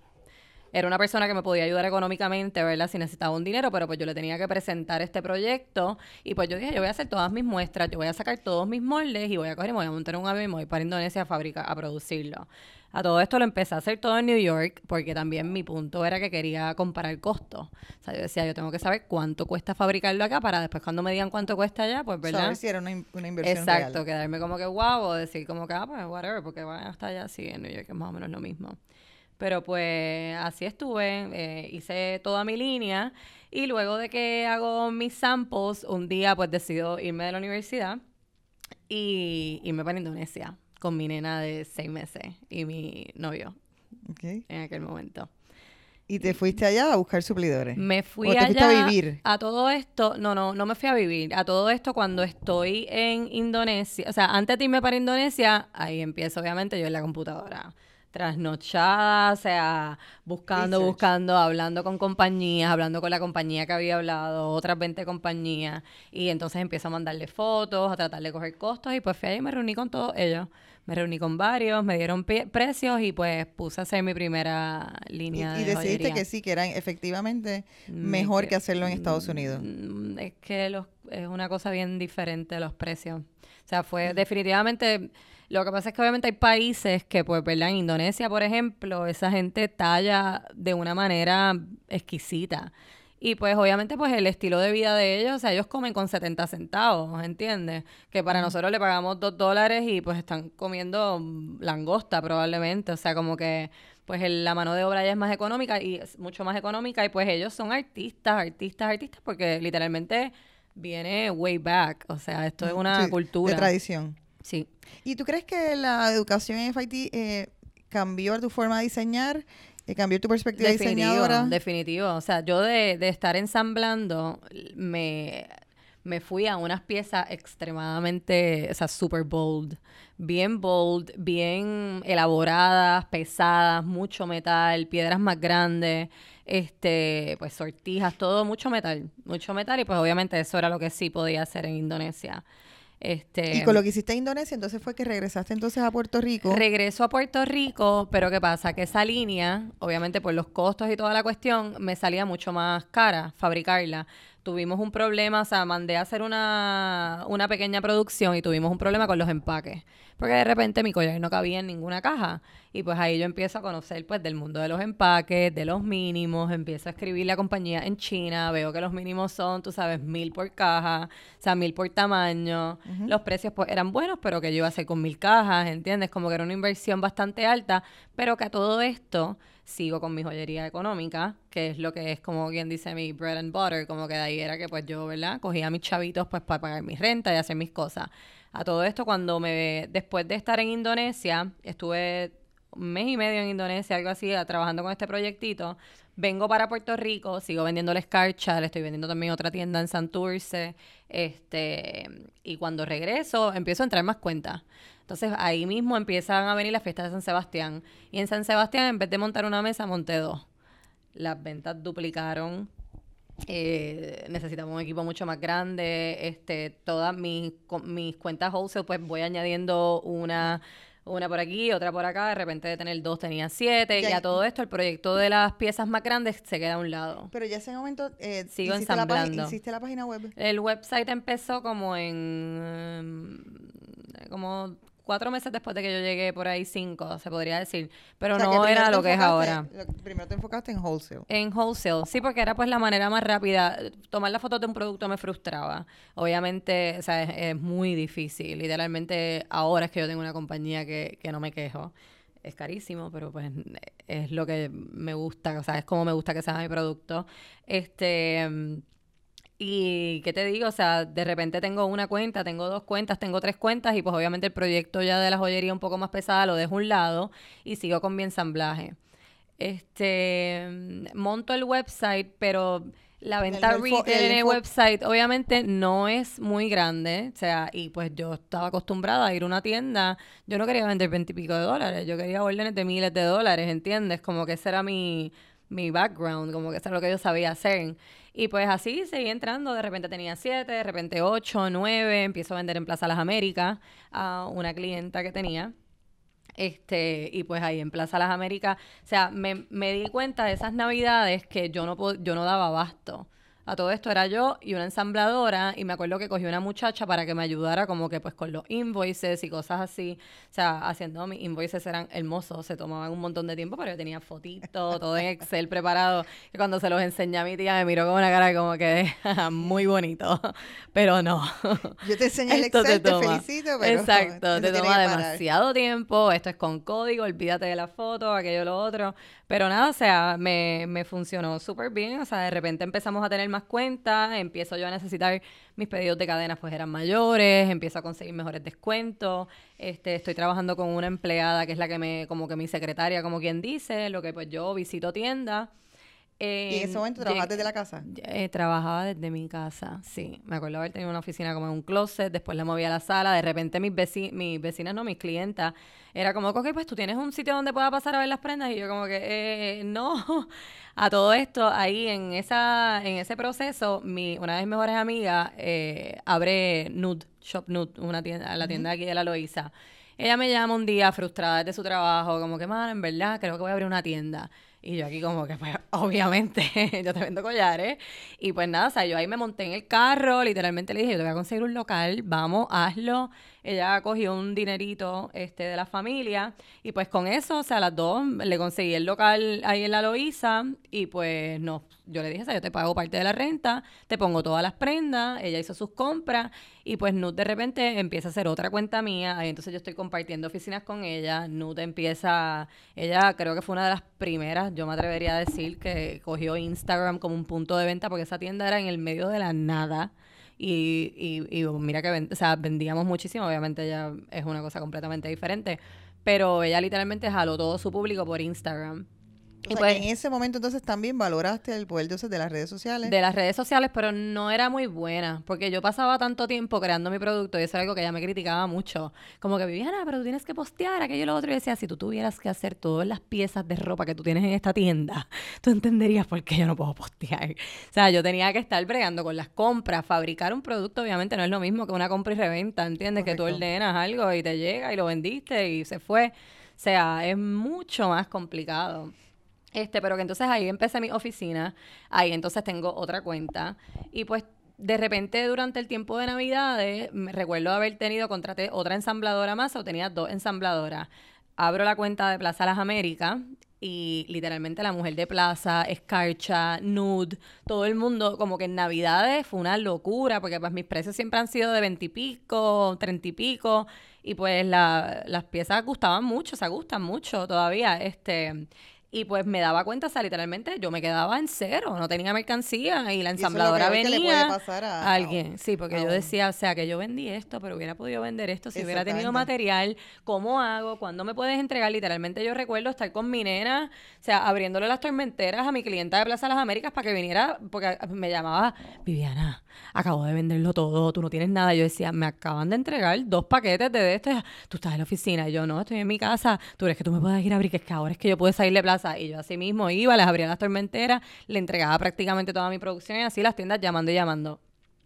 era una persona que me podía ayudar económicamente, ¿verdad? Si necesitaba un dinero, pero pues yo le tenía que presentar este proyecto. Y pues yo dije, yo voy a hacer todas mis muestras, yo voy a sacar todos mis moldes y voy a coger y me voy a montar un avión y me voy para Indonesia a fabricar, a producirlo. A todo esto lo empecé a hacer todo en New York, porque también mi punto era que quería comparar costos. O sea, yo decía, yo tengo que saber cuánto cuesta fabricarlo acá para después cuando me digan cuánto cuesta allá, pues, ¿verdad? Saber si era una, in- una inversión Exacto, real. quedarme como que wow, o decir como que, ah, pues, whatever, porque van hasta allá, sí, en New York es más o menos lo mismo. Pero pues así estuve, eh, hice toda mi línea y luego de que hago mis samples, un día pues decido irme de la universidad y irme para Indonesia con mi nena de seis meses y mi novio Okay. en aquel momento. ¿Y te fuiste allá a buscar suplidores? Me fui ¿O te allá fuiste a vivir? a todo esto, no, no, no me fui a vivir. A todo esto cuando estoy en Indonesia, o sea, antes de irme para Indonesia, ahí empiezo obviamente yo en la computadora. Trasnochada, o sea, buscando, Research. buscando, hablando con compañías, hablando con la compañía que había hablado, otras veinte compañías, y entonces empiezo a mandarle fotos, a tratar de coger costos, y pues fui ahí y me reuní con todos ellos. Me reuní con varios, me dieron pie- precios, y pues puse a hacer mi primera línea Y, y de decidiste joyería. que sí, que era efectivamente Me mejor que- que hacerlo en Estados Unidos. Mm, Es que los, es una cosa bien diferente los precios. O sea, fue definitivamente... Lo que pasa es que obviamente hay países que, pues, ¿verdad? En Indonesia, por ejemplo, esa gente talla de una manera exquisita. Y pues obviamente pues el estilo de vida de ellos, o sea, ellos comen con setenta centavos, ¿entiendes? Que para nosotros le pagamos dos dólares y pues están comiendo mm, langosta probablemente. O sea, como que pues el- la mano de obra ya es más económica y es mucho más económica y pues ellos son artistas, artistas, artistas porque literalmente viene way back. O sea, esto es una Sí, cultura. de tradición. Sí. ¿Y tú crees que la educación en F I T eh, cambió tu forma de diseñar? Eh, ¿Cambió tu perspectiva diseñadora? Definitivo. O sea, yo de, de estar ensamblando me, me fui a unas piezas extremadamente, o sea, super bold. Bien bold, bien elaboradas, pesadas, mucho metal, piedras más grandes, este, pues sortijas, todo mucho metal. Mucho metal y pues obviamente eso era lo que sí podía hacer en Indonesia. Este, Y con lo que hiciste en Indonesia, entonces fue que regresaste entonces a Puerto Rico. Regreso a Puerto Rico, pero ¿qué pasa? Que esa línea, obviamente por los costos y toda la cuestión, me salía mucho más cara fabricarla. tuvimos un problema, o sea, mandé a hacer una, una pequeña producción y tuvimos un problema con los empaques. Porque de repente mi collar no cabía en ninguna caja. Y pues ahí yo empiezo a conocer pues del mundo de los empaques, de los mínimos, empiezo a escribir la compañía en China, veo que los mínimos son, tú sabes, mil por caja, o sea, mil por tamaño. Uh-huh. Los precios pues eran buenos, pero que yo iba a hacer con mil cajas, ¿entiendes? Como que era una inversión bastante alta, pero que a todo esto sigo con mi joyería económica, que es lo que es como quien dice mi bread and butter, como que de ahí era que pues yo, ¿verdad? Cogía a mis chavitos pues para pagar mi renta y hacer mis cosas. A todo esto cuando me, después de estar en Indonesia, estuve un mes y medio en Indonesia, algo así, trabajando con este proyectito, vengo para Puerto Rico, sigo vendiendo la escarcha, le estoy vendiendo también otra tienda en Santurce, este, y cuando regreso empiezo a entrar más cuentas. Entonces ahí mismo empiezan a venir las fiestas de San Sebastián. Y en San Sebastián, en vez de montar una mesa, monté dos. Las ventas duplicaron. Eh, necesitamos un equipo mucho más grande. Este, todas mis, mis cuentas wholesale, pues voy añadiendo una, una por aquí, otra por acá. De repente de tener dos tenía siete. Ya, y a todo esto, el proyecto de las piezas más grandes se queda a un lado. Pero ya ese momento eh, sigo hiciste ensamblando. La ¿Hiciste la página web? El website empezó como en... Um, como... Cuatro meses después de que yo llegué, por ahí cinco, se podría decir. Pero o sea, no era lo que es ahora. Lo, primero te enfocaste en wholesale. En wholesale, sí, porque era pues la manera más rápida. Tomar la foto de un producto me frustraba. Obviamente, o sea, es, es muy difícil. Literalmente, ahora es que yo tengo una compañía que, que no me quejo. Es carísimo, pero pues es lo que me gusta. O sea, es como me gusta que sea mi producto. Este... Y, ¿qué te digo? O sea, de repente tengo una cuenta, tengo dos cuentas, tengo tres cuentas y pues obviamente el proyecto ya de la joyería un poco más pesada lo dejo a un lado y sigo con mi ensamblaje. Este, monto el website, pero la venta el, el, retail el, en el website obviamente no es muy grande, o sea, y pues yo estaba acostumbrada a ir a una tienda, yo no quería vender veinte y pico de dólares, yo quería órdenes de miles de dólares, ¿entiendes? Como que ese era mi... mi background, como que eso es lo que yo sabía hacer. Y pues así seguí entrando, de repente tenía siete, de repente ocho, nueve, empiezo a vender en Plaza Las Américas a una clienta que tenía. Este, y pues ahí en Plaza Las Américas, o sea, me, me di cuenta de esas navidades que yo no, yo no daba abasto. A todo esto era yo y una ensambladora, y me acuerdo que cogí una muchacha para que me ayudara como que pues con los invoices y cosas así. O sea, haciendo mis invoices eran hermosos, se tomaban un montón de tiempo, pero yo tenía fotitos, todo en Excel preparado, que cuando se los enseñé a mi tía me miró con una cara como que muy bonito, pero no. Yo te enseñé el Excel, te, te felicito, pero... Exacto, te toma demasiado tiempo, esto es con código, olvídate de la foto, aquello, lo otro. Pero nada, o sea, me, me funcionó súper bien, o sea, de repente empezamos a tener más cuentas, empiezo yo a necesitar, mis pedidos de cadenas pues eran mayores, empiezo a conseguir mejores descuentos, este, estoy trabajando con una empleada que es la que me, como que mi secretaria, como quien dice, lo que pues yo visito tiendas. Eh, ¿Y en ese momento trabajas desde la casa? Eh, trabajaba desde mi casa, sí. Me acuerdo haber tenido una oficina como en un closet, después la moví a la sala, de repente mis, veci mis vecinas, no, mis clientas, era como, ok, pues tú tienes un sitio donde pueda pasar a ver las prendas, y yo como que, eh, no. A todo esto, ahí en esa en ese proceso, mi, una de mis mejores amigas eh, abre Nude, Shop Nude, una tienda, la tienda uh-huh. aquí de la Loíza. Ella me llama un día frustrada desde su trabajo, como que, mano, en verdad, creo que voy a abrir una tienda. Y yo aquí como que, pues, obviamente, yo te vendo collares. Y pues nada, o sea, yo ahí me monté en el carro, literalmente le dije, yo te voy a conseguir un local, vamos, hazlo. Ella cogió un dinerito este, de la familia y pues con eso, o sea, las dos, le conseguí el local ahí en la Loíza y pues no, yo le dije, o sea, yo te pago parte de la renta, te pongo todas las prendas, ella hizo sus compras y pues Nut de repente empieza a hacer otra cuenta mía, ahí entonces yo estoy compartiendo oficinas con ella, Nut empieza, ella creo que fue una de las primeras, yo me atrevería a decir que cogió Instagram como un punto de venta porque esa tienda era en el medio de la nada. Y, y, y mira que ven, o sea, vendíamos muchísimo, obviamente ella es una cosa completamente diferente, pero ella literalmente jaló todo su público por Instagram. O sea, pues, en ese momento entonces también valoraste el poder entonces de las redes sociales. De las redes sociales, pero no era muy buena, porque yo pasaba tanto tiempo creando mi producto y eso era algo que ella me criticaba mucho. Como que, Viviana, pero tú tienes que postear aquello y lo otro. Y decía, si tú tuvieras que hacer todas las piezas de ropa que tú tienes en esta tienda, tú entenderías por qué yo no puedo postear. O sea, yo tenía que estar bregando con las compras. Fabricar un producto obviamente no es lo mismo que una compra y reventa, ¿entiendes? Correcto. Que tú ordenas algo y te llega y lo vendiste y se fue. O sea, es mucho más complicado. Este, pero que entonces ahí empecé mi oficina, ahí entonces tengo otra cuenta y pues de repente durante el tiempo de Navidades me recuerdo haber tenido, contraté otra ensambladora más o tenía dos ensambladoras. Abro la cuenta de Plaza Las Américas y literalmente la mujer de Plaza, Escarcha, Nude, todo el mundo como que en Navidades fue una locura porque pues mis precios siempre han sido de veinte y pico, treinta y pico y pues la, las piezas gustaban mucho, se gustan mucho todavía, este... Y pues me daba cuenta, o sea, literalmente yo me quedaba en cero, no tenía mercancía y la ensambladora y eso es lo que venía le puede pasar a, a alguien. Sí, porque a yo un... decía, o sea, que yo vendí esto, pero hubiera podido vender esto si hubiera tenido material. ¿Cómo hago? ¿Cuándo me puedes entregar? Literalmente yo recuerdo estar con mi nena, o sea, abriéndole las tormenteras a mi clienta de Plaza Las Américas para que viniera, porque me llamaba, Viviana, acabo de venderlo todo, tú no tienes nada. Yo decía, me acaban de entregar dos paquetes de esto, tú estás en la oficina. Y yo, no, estoy en mi casa, tú crees que tú me puedes ir a abrir, que es que ahora es que yo puedo salir de Plaza. Y yo así mismo iba, les abría las tormenteras, le entregaba prácticamente toda mi producción y así las tiendas llamando y llamando.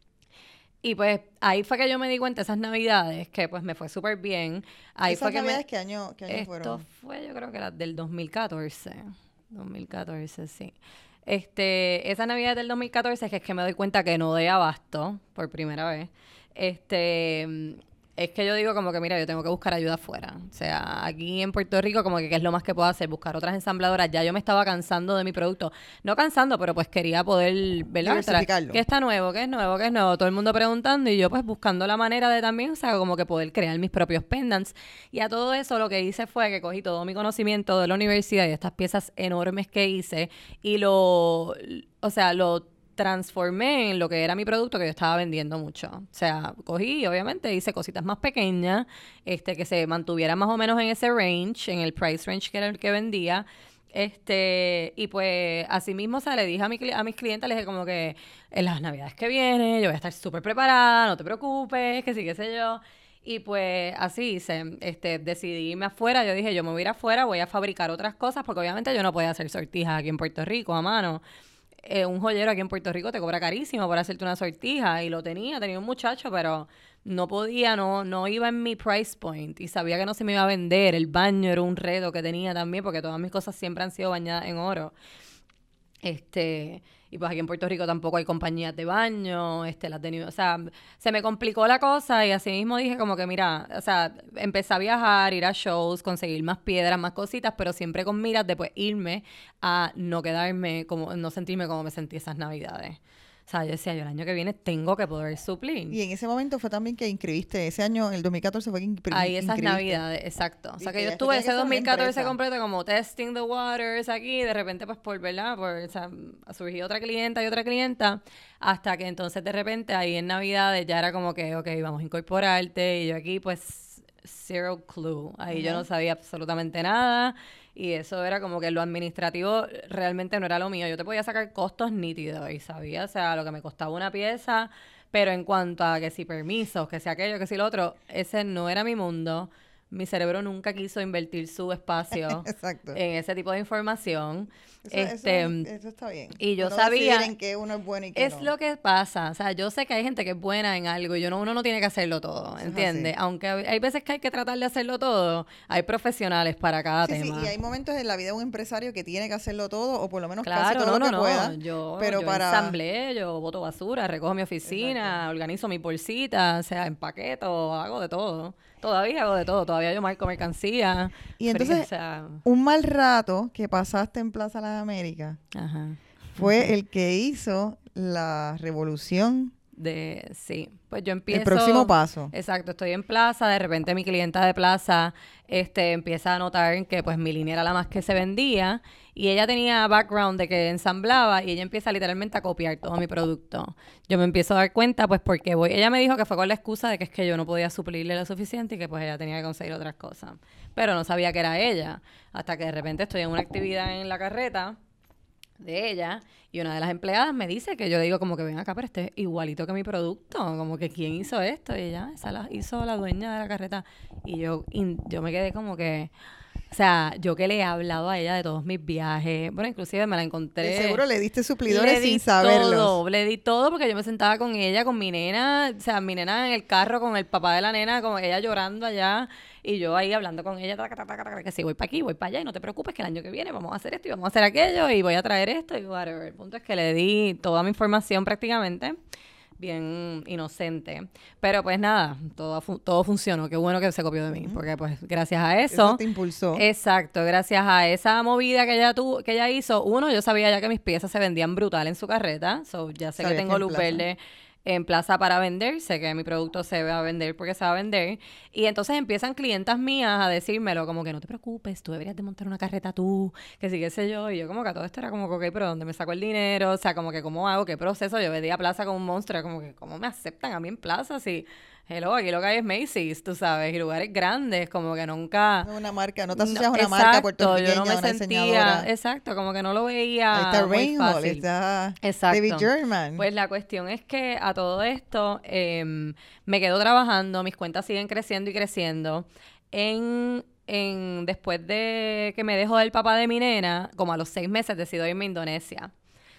Y pues ahí fue que yo me di cuenta esas navidades que pues me fue súper bien. Ahí ¿Esas fue que navidades me... qué año, qué año Esto fueron? fue yo creo que era del dos mil catorce. dos mil catorce, sí. Este, esa Navidad del dos mil catorce es que es que me doy cuenta que no doy abasto por primera vez. Este, es que yo digo como que, mira, yo tengo que buscar ayuda afuera. O sea, aquí en Puerto Rico como que qué es lo más que puedo hacer, buscar otras ensambladoras. Ya yo me estaba cansando de mi producto. No cansando, pero pues quería poder, ¿verdad? Diversificarlo. ¿Qué está nuevo? ¿Qué es nuevo? ¿Qué es nuevo? Todo el mundo preguntando y yo pues buscando la manera de también, o sea, como que poder crear mis propios pendants. Y a todo eso lo que hice fue que cogí todo mi conocimiento de la universidad y estas piezas enormes que hice y lo, o sea, lo transformé en lo que era mi producto que yo estaba vendiendo mucho. O sea, cogí y obviamente hice cositas más pequeñas, este, que se mantuvieran más o menos en ese range, en el price range que era el que vendía. Este, y pues así mismo, o sea, le dije a, mi, a mis clientes, les dije como que en las navidades que vienen yo voy a estar súper preparada, no te preocupes, que sí, qué sé yo. Y pues así hice, este, decidí irme afuera, yo dije, yo me voy a ir afuera, voy a fabricar otras cosas, porque obviamente yo no podía hacer sortijas aquí en Puerto Rico a mano. Eh, un joyero aquí en Puerto Rico te cobra carísimo por hacerte una sortija y lo tenía, tenía un muchacho, pero no podía, no, no iba en mi price point y sabía que no se me iba a vender. El baño era un reto que tenía también porque todas mis cosas siempre han sido bañadas en oro. Este, y pues aquí en Puerto Rico tampoco hay compañías de baño, este, las de, o sea, se me complicó la cosa y así mismo dije como que mira, o sea, empecé a viajar, ir a shows, conseguir más piedras, más cositas, pero siempre con miras de pues irme a no quedarme como, no sentirme como me sentí esas navidades. O sea, yo decía, yo el año que viene tengo que poder suplir. Y en ese momento fue también que inscribiste, ese año, el dos mil catorce fue que inscri- Ahí esas inscribiste. navidades, exacto. O sea, que Viste, yo ya esto estuve tiene ese que ser dos una mil catorce empresa. completo como testing the waters aquí, y de repente pues por, ¿verdad? Por, o sea, surgió otra clienta y otra clienta, hasta que entonces de repente ahí en navidades ya era como que, ok, vamos a incorporarte, y yo aquí pues zero clue. Ahí yo Ajá. no sabía absolutamente nada. Y eso era como que lo administrativo realmente no era lo mío. Yo te podía sacar costos nítidos y sabía, o sea, lo que me costaba una pieza, pero en cuanto a que si permisos, que si aquello, que si lo otro, ese no era mi mundo. Mi cerebro nunca quiso invertir su espacio Exacto. en ese tipo de información. Eso, este, eso, eso está bien. y yo Uno sabía, decidir en qué uno es bueno y qué es no. lo que pasa. O sea, yo sé que hay gente que es buena en algo y yo no, uno no tiene que hacerlo todo, Eso es ¿entiendes? así. Aunque hay hay veces que hay que tratar de hacerlo todo, hay profesionales para cada Sí, sí, tema. y hay momentos en la vida de un empresario que tiene que hacerlo todo, o por lo menos casi Claro, todo no, lo que no, pueda. no. Yo, pero yo para... ensamblé, yo boto basura, recojo mi oficina, Exacto. organizo mi bolsita, o sea, empaqueto, hago de todo. Todavía hago de todo. Todavía yo marco mercancía. Y fría, entonces, o sea, un mal rato que pasaste en Plaza Las Américas ajá. fue el que hizo la revolución, De, sí, pues yo el empiezo... próximo paso. Exacto, estoy en plaza, de repente mi clienta de plaza este, empieza a notar que pues mi línea era la más que se vendía y ella tenía background de que ensamblaba y ella empieza literalmente a copiar todo mi producto. Yo me empiezo a dar cuenta pues porque voy... Ella me dijo que fue con la excusa de que es que yo no podía suplirle lo suficiente y que pues ella tenía que conseguir otras cosas. Pero no sabía que era ella, hasta que de repente estoy en una actividad en la carreta de ella y una de las empleadas me dice que yo digo como que ven acá, pero este es igualito que mi producto, como que ¿quién hizo esto? Y ella, esa la hizo la dueña de la carreta y yo, in, yo me quedé como que O sea, yo que le he hablado a ella de todos mis viajes. Bueno, inclusive me la encontré. De seguro le diste suplidores le di sin saberlos. Todo, le di todo porque yo me sentaba con ella, con mi nena. O sea, mi nena en el carro con el papá de la nena, con ella llorando allá. Y yo ahí hablando con ella, taca, taca, taca, que sí, voy para aquí, voy para allá. Y no te preocupes que el año que viene vamos a hacer esto y vamos a hacer aquello. Y voy a traer esto y whatever. El punto es que le di toda mi información prácticamente. Bien inocente. Pero pues nada, todo, fu- todo funcionó. Qué bueno que se copió de mí, uh-huh. porque pues gracias a eso... Eso te impulsó. Exacto, gracias a esa movida que ella, tu, que ella hizo, uno, yo sabía ya que mis piezas se vendían brutal en su carreta, so ya sé que tengo que luz verde en plaza para vender, sé que mi producto se va a vender porque se va a vender, y entonces empiezan clientas mías a decírmelo, como que no te preocupes, tú deberías de montar una carreta tú, que sí, qué sé yo, y yo como que a todo esto era como que, ok, pero ¿dónde me saco el dinero? O sea, como que ¿cómo hago? ¿Qué proceso? Yo vendía a plaza como un monstruo, como que ¿cómo me aceptan a mí en plaza? Si, hello, aquí lo que hay es Macy's, tú sabes, y lugares grandes, como que nunca... Una marca, no te asocias a no, una exacto, marca puertorriqueña, yo no me una sentía, diseñadora. exacto, como que no lo veía Ahí está muy Rainbow, fácil. está Exacto. David German. Pues la cuestión es que a todo esto eh, me quedo trabajando, mis cuentas siguen creciendo y creciendo. En, en, después de que me dejó del papá de mi nena, como a los seis meses decido irme a Indonesia.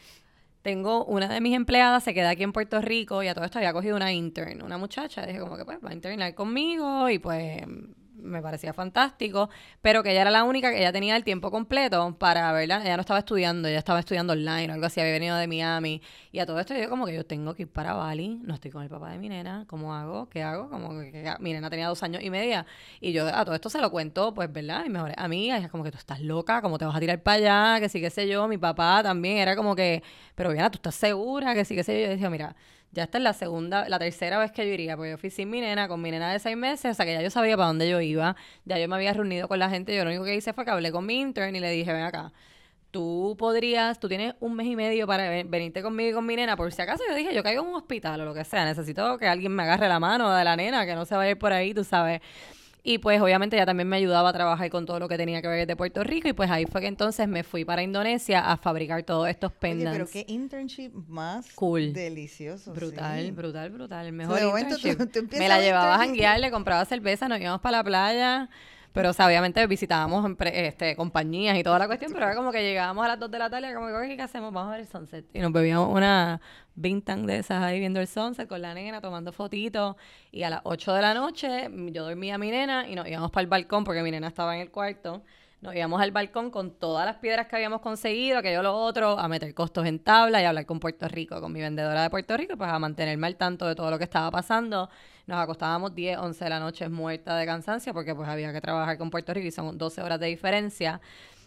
Tengo una de mis empleadas, se queda aquí en Puerto Rico y a todo esto había cogido una intern, una muchacha. Dije como que pues va a internar conmigo y pues me parecía fantástico, pero que ella era la única que ella tenía el tiempo completo para, ¿verdad? Ella no estaba estudiando, ella estaba estudiando online o algo así, había venido de Miami. Y a todo esto yo como que yo tengo que ir para Bali, no estoy con el papá de mi nena, ¿cómo hago? ¿Qué hago? Como que, que mi nena tenía dos años y media y yo a todo esto se lo cuento, pues, ¿verdad? Mis mejores amigas, ella como que tú estás loca, ¿cómo te vas a tirar para allá? Que sí, qué sé yo, mi papá también era como que, pero Viana, ¿tú estás segura? Que sí, qué sé yo. Yo decía, mira, ya esta es la segunda, la tercera vez que yo iría, porque yo fui sin mi nena, con mi nena de seis meses, o sea que ya yo sabía para dónde yo iba, ya yo me había reunido con la gente, yo lo único que hice fue que hablé con mi intern y le dije, ven acá, tú podrías, tú tienes un mes y medio para ven- venirte conmigo y con mi nena, por si acaso yo dije, yo caigo en un hospital o lo que sea, necesito que alguien me agarre la mano de la nena, que no se vaya a ir por ahí, tú sabes. Y pues obviamente ella también me ayudaba a trabajar con todo lo que tenía que ver de Puerto Rico y pues ahí fue que entonces me fui para Indonesia a fabricar todos estos pendants. Oye, pero qué internship más cool. Delicioso. Brutal, sí. brutal, brutal. El O mejor sea, de momento internship. tú- tú empiezas Me la el llevaba a internship. janguear, le compraba cerveza, nos íbamos para la playa. Pero, o sea, obviamente visitábamos empre- este, compañías y toda la cuestión, pero era como que llegábamos a las dos de la tarde, como que, oye, ¿qué hacemos? Vamos a ver el sunset. Y nos bebíamos una Bintang de esas ahí viendo el sunset con la nena, tomando fotitos. Y a las ocho de la noche mm, yo dormía a mi nena y nos íbamos para el balcón porque mi nena estaba en el cuarto. Nos íbamos al balcón con todas las piedras que habíamos conseguido, aquello lo otro, a meter costos en tabla y a hablar con Puerto Rico, con mi vendedora de Puerto Rico, pues a mantenerme al tanto de todo lo que estaba pasando. Nos acostábamos diez, once de la noche muerta de cansancio porque pues había que trabajar con Puerto Rico y son doce horas de diferencia.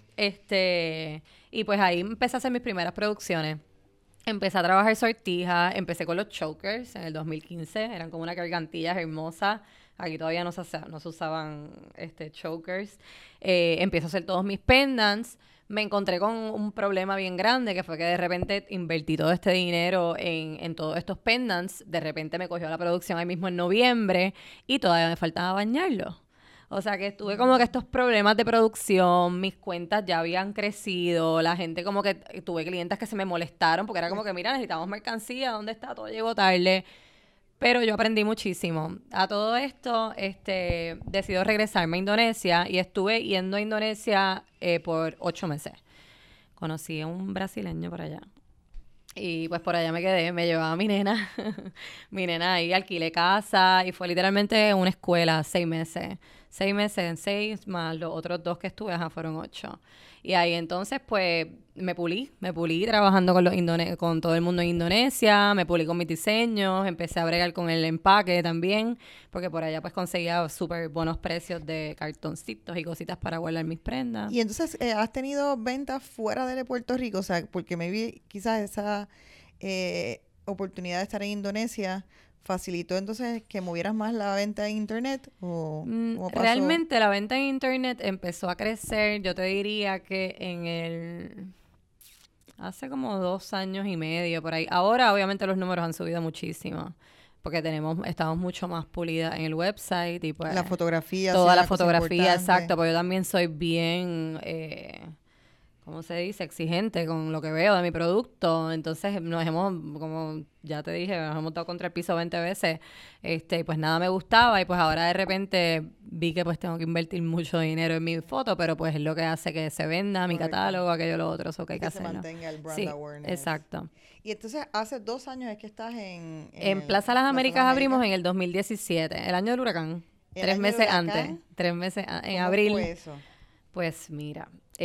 Este, y pues ahí empecé a hacer mis primeras producciones. Empecé a trabajar sortijas, empecé con los chokers en el dos mil quince, eran como unas gargantillas hermosas. Aquí todavía no se, usa- no se usaban este, chokers. Eh, empiezo a hacer todos mis pendants. Me encontré con un problema bien grande, que fue que de repente invertí todo este dinero en, en todos estos pendants. De repente me cogió la producción ahí mismo en noviembre y todavía me faltaba bañarlo. O sea que tuve como que estos problemas de producción, mis cuentas ya habían crecido, la gente como que tuve clientes que se me molestaron porque era como que, mira, necesitamos mercancía, ¿dónde está? Todo llegó tarde. Pero yo aprendí muchísimo. A todo esto, este, decido regresarme a Indonesia y estuve yendo a Indonesia eh, por ocho meses. Conocí a un brasileño por allá. Y pues por allá me quedé, me llevaba a mi nena, mi nena ahí, alquilé casa y fue literalmente una escuela, seis meses. Seis meses en seis, más los otros dos que estuve, ajá, fueron ocho. Y ahí entonces pues me pulí, me pulí trabajando con los indone- con todo el mundo en Indonesia, me pulí con mis diseños, empecé a bregar con el empaque también, porque por allá pues conseguía súper buenos precios de cartoncitos y cositas para guardar mis prendas. Y entonces, eh, ¿has tenido ventas fuera de Puerto Rico? O sea, porque me vi quizás esa eh, oportunidad de estar en Indonesia facilitó entonces que movieras más la venta en internet o Mm, ¿cómo pasó? realmente la venta en internet empezó a crecer, yo te diría que en el... hace como dos años y medio por ahí. Ahora obviamente los números han subido muchísimo porque tenemos, estamos mucho más pulidas en el website y pues... La fotografía. Toda sí, la una cosa fotografía, importante. exacto, porque yo también soy bien... eh, ¿cómo se dice? Exigente con lo que veo de mi producto. Entonces nos hemos, como ya te dije, nos hemos dado contra el piso veinte veces. Este, y pues nada me gustaba y pues ahora de repente vi que pues tengo que invertir mucho dinero en mi foto, pero pues es lo que hace que se venda mi Correcto. catálogo, aquello, lo otro, eso que hay que, que se hacerlo. mantenga el brand Sí, awareness. exacto. Y entonces hace dos años es que estás en... En el Plaza Las Plaza Américas Las abrimos Américas. en el dos mil diecisiete, el año del huracán. ¿El Tres año del meses huracán? antes, tres meses a- en ¿Cómo abril. fue eso? Pues mira,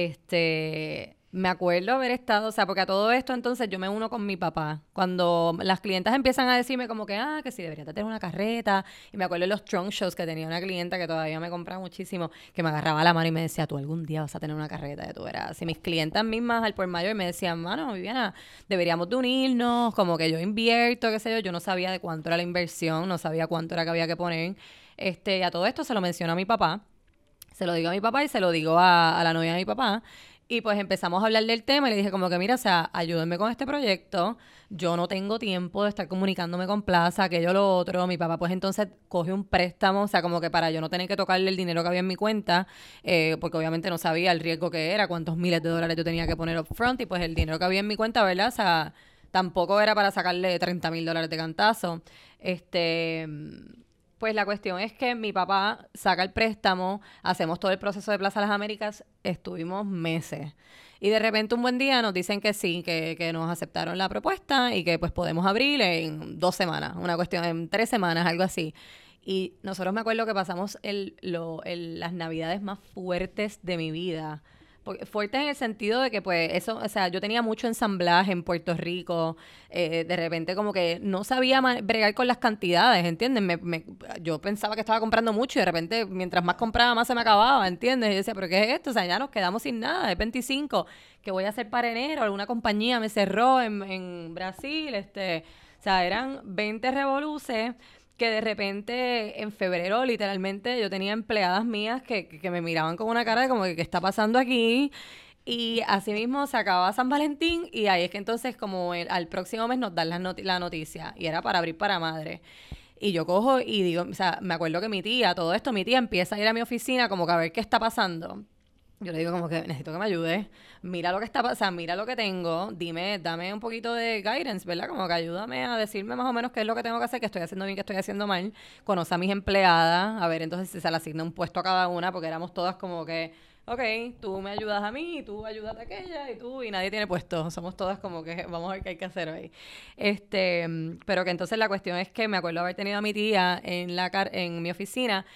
este, me acuerdo haber estado, o sea, porque a todo esto entonces yo me uno con mi papá. Cuando las clientas empiezan a decirme como que, ah, que sí, debería tener una carreta. Y me acuerdo de los trunk shows que tenía una clienta que todavía me compraba muchísimo, que me agarraba la mano y me decía, tú algún día vas a tener una carreta de tu verás. Y mis clientas mismas al por mayor me decían, mano, Viviana, deberíamos de unirnos, como que yo invierto, qué sé yo. Yo no sabía de cuánto era la inversión, no sabía cuánto era que había que poner. Este, y a todo esto se lo mencionó a mi papá. Se lo digo a mi papá y se lo digo a, a la novia de mi papá. Y pues empezamos a hablar del tema y le dije como que, mira, o sea, ayúdenme con este proyecto. Yo no tengo tiempo de estar comunicándome con Plaza, aquello, lo otro. Mi papá pues entonces coge un préstamo, o sea, como que para yo no tener que tocarle el dinero que había en mi cuenta, eh, porque obviamente no sabía el riesgo que era, cuántos miles de dólares yo tenía que poner upfront y pues el dinero que había en mi cuenta, ¿verdad? O sea, tampoco era para sacarle treinta mil dólares de cantazo. Este... Pues la cuestión es que mi papá saca el préstamo, hacemos todo el proceso de Plaza Las Américas, estuvimos meses. Y de repente un buen día nos dicen que sí, que, que nos aceptaron la propuesta y que pues podemos abrir en dos semanas, una cuestión, en tres semanas, algo así. Y nosotros me acuerdo que pasamos el, lo, el, las navidades más fuertes de mi vida. Porque fuertes en el sentido de que, pues, eso, o sea, yo tenía mucho ensamblaje en Puerto Rico. Eh, de repente, como que no sabía ma- bregar con las cantidades, ¿entiendes? Me, me- yo pensaba que estaba comprando mucho y de repente, mientras más compraba, más se me acababa, ¿entiendes? Y yo decía, ¿pero qué es esto? O sea, ya nos quedamos sin nada, es veinticinco. ¿Qué voy a hacer para enero? Alguna compañía me cerró en, en Brasil, este... O sea, eran veinte revoluces que de repente en febrero literalmente yo tenía empleadas mías que, que, que me miraban con una cara de como que ¿qué está pasando aquí? Y así mismo se acababa San Valentín y ahí es que entonces como el- al próximo mes nos dan la, noti- la noticia y era para abrir para madre. Y yo cojo y digo, o sea, me acuerdo que mi tía, todo esto, mi tía empieza a ir a mi oficina como que a ver qué está pasando. Yo le digo como que necesito que me ayudes. Mira lo que está pasando, mira lo que tengo. Dime, dame un poquito de guidance, ¿verdad? Como que ayúdame a decirme más o menos qué es lo que tengo que hacer, qué estoy haciendo bien, qué estoy haciendo mal. Conoce a mis empleadas, a ver entonces si se le asigna un puesto a cada una, porque éramos todas como que, ok, tú me ayudas a mí, tú ayudas a aquella, y tú, y nadie tiene puesto. Somos todas como que vamos a ver qué hay que hacer hoy. Este, mm, pero que entonces la cuestión es que me acuerdo haber tenido a mi tía en la car en mi oficina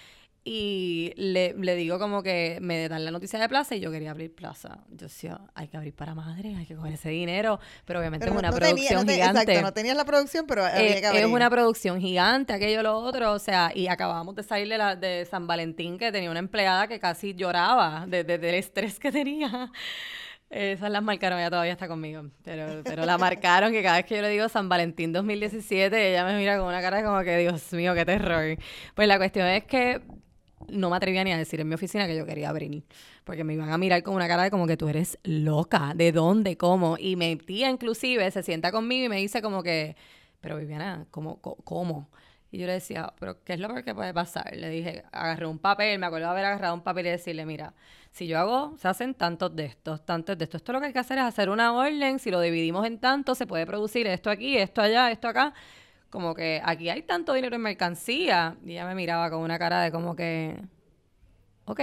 y le, le digo como que me dan la noticia de Plaza y yo quería abrir Plaza. Yo decía, hay que abrir para madre, hay que coger ese dinero, pero obviamente Pero es no, una no tenía, producción no te- gigante. exacto, no tenías la producción, pero había Eh, que es abrir. una producción gigante, aquello, lo otro, o sea, y acabamos de salir de, la, de San Valentín que tenía una empleada que casi lloraba de, de- del estrés que tenía. Esas las marcaron, ella todavía está conmigo, pero, pero la marcaron que cada vez que yo le digo San Valentín dos mil diecisiete, ella me mira con una cara como que, Dios mío, qué terror. Pues la cuestión es que no me atrevía ni a decir en mi oficina que yo quería abrir, porque me iban a mirar con una cara de como que tú eres loca, ¿de dónde, cómo? Y mi tía inclusive se sienta conmigo y me dice como que, pero Viviana, ¿cómo? co- ¿Cómo? Y yo le decía, ¿pero qué es lo peor que puede pasar? Le dije, agarré un papel, me acuerdo de haber agarrado un papel y decirle, mira, si yo hago, se hacen tantos de estos, tantos de estos, esto lo que hay que hacer es hacer una orden, si lo dividimos en tantos, se puede producir esto aquí, esto allá, esto acá, como que aquí hay tanto dinero en mercancía. Y ella me miraba con una cara de como que, ok.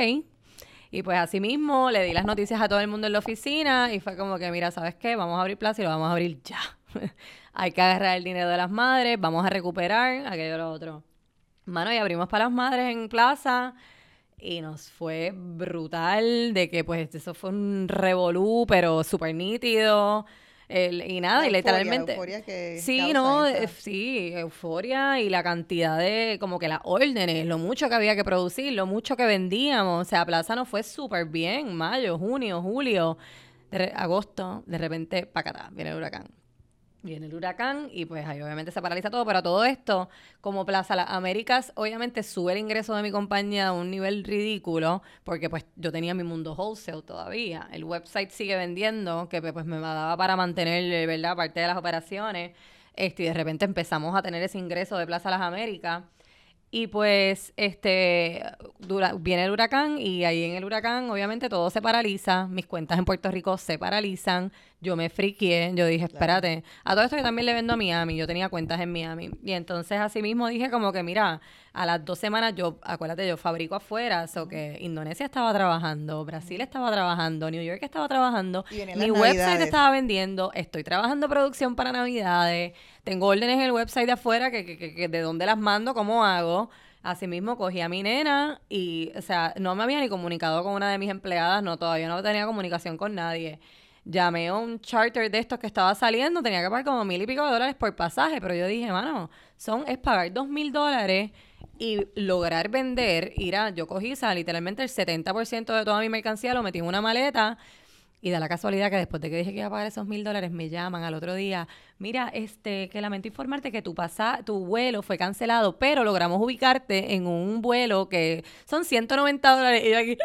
Y pues así mismo le di las noticias a todo el mundo en la oficina y fue como que, mira, ¿sabes qué? Vamos a abrir Plaza y lo vamos a abrir ya. Hay que agarrar el dinero de las madres, vamos a recuperar aquello y lo otro. Mano, y abrimos para las madres en Plaza y nos fue brutal de que pues eso fue un revolú, pero súper nítido. El- y nada, La y euforia, la literalmente... euforia que Sí, causa no, esa. eh, sí, euforia y la cantidad de, como que las órdenes, lo mucho que había que producir, lo mucho que vendíamos. O sea, Plaza nos fue súper bien, mayo, junio, julio, de re- agosto, de repente, pacatá, viene el huracán. Viene el huracán y pues ahí obviamente se paraliza todo, pero todo esto, como Plaza Las Américas, obviamente sube el ingreso de mi compañía a un nivel ridículo, porque pues yo tenía mi mundo wholesale todavía. El website sigue vendiendo, que pues me daba para mantener, ¿verdad?, parte de las operaciones. Este, y de repente empezamos a tener ese ingreso de Plaza Las Américas. Y pues, este, dura, viene el huracán y ahí en el huracán, obviamente, todo se paraliza. Mis cuentas en Puerto Rico se paralizan. Yo me friqué. Yo dije, espérate. A todo esto yo también le vendo a Miami. Yo tenía cuentas en Miami. Y entonces, así mismo dije como que, mira, a las dos semanas yo, acuérdate, yo fabrico afuera. O so que Indonesia estaba trabajando, Brasil estaba trabajando, New York estaba trabajando. Mi website estaba vendiendo. Estoy trabajando producción para Navidades. Tengo órdenes en el website de afuera que, que, que, que de dónde las mando, cómo hago. Asimismo, cogí a mi nena y, o sea, no me había ni comunicado con una de mis empleadas, no, todavía no tenía comunicación con nadie. Llamé a un charter de estos que estaba saliendo, tenía que pagar como mil y pico de dólares por pasaje, pero yo dije, mano, son, es pagar dos mil dólares y lograr vender, ir a, yo cogí, o sea, literalmente el setenta por ciento de toda mi mercancía lo metí en una maleta. Y da la casualidad que después de que dije que iba a pagar esos mil dólares, me llaman al otro día. Mira, este, que lamento informarte que tu pasa, tu vuelo fue cancelado, pero logramos ubicarte en un vuelo que son ciento noventa dólares. Y yo aquí,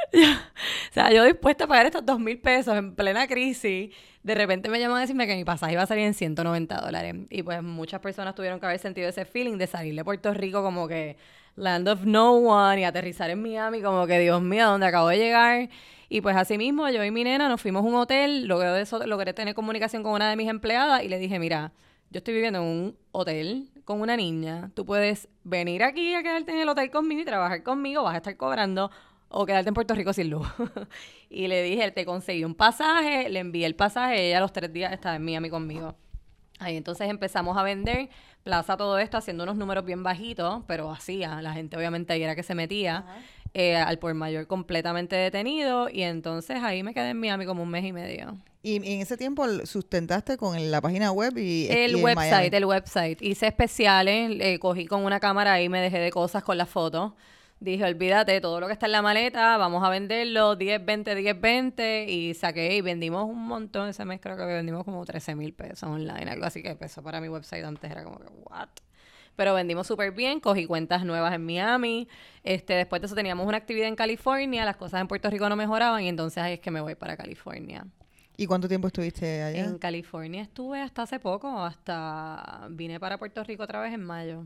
o sea, yo dispuesta a pagar estos dos mil pesos en plena crisis. De repente me llaman a decirme que mi pasaje iba a salir en ciento noventa dólares. Y pues muchas personas tuvieron que haber sentido ese feeling de salir de Puerto Rico como que land of no one y aterrizar en Miami como que, Dios mío, ¿dónde acabo de llegar? Y pues así mismo, yo y mi nena nos fuimos a un hotel, luego de eso logré tener comunicación con una de mis empleadas y le dije, mira, yo estoy viviendo en un hotel con una niña, tú puedes venir aquí a quedarte en el hotel conmigo y trabajar conmigo, vas a estar cobrando, o quedarte en Puerto Rico sin luz. Y le dije, te conseguí un pasaje, le envié el pasaje, ella a los tres días estaba en Miami conmigo. Ahí entonces empezamos a vender Plaza todo esto haciendo unos números bien bajitos, pero hacía, la gente obviamente ahí era que se metía. Ajá. Eh, al por mayor completamente detenido y entonces ahí me quedé en Miami como un mes y medio. Y en ese tiempo sustentaste con la página web y el y website, el website. Hice especiales, eh, cogí con una cámara y me dejé de cosas con las fotos. Dije, olvídate, todo lo que está en la maleta, vamos a venderlo, diez, veinte, diez, veinte, y saqué y vendimos un montón. Ese mes creo que vendimos como trece mil pesos online, algo así que empezó para mi website antes, era como que, what? Pero vendimos súper bien, cogí cuentas nuevas en Miami, este, después de eso teníamos una actividad en California, las cosas en Puerto Rico no mejoraban y entonces ahí es que me voy para California. ¿Y cuánto tiempo estuviste allá? En California estuve hasta hace poco, hasta vine para Puerto Rico otra vez en mayo.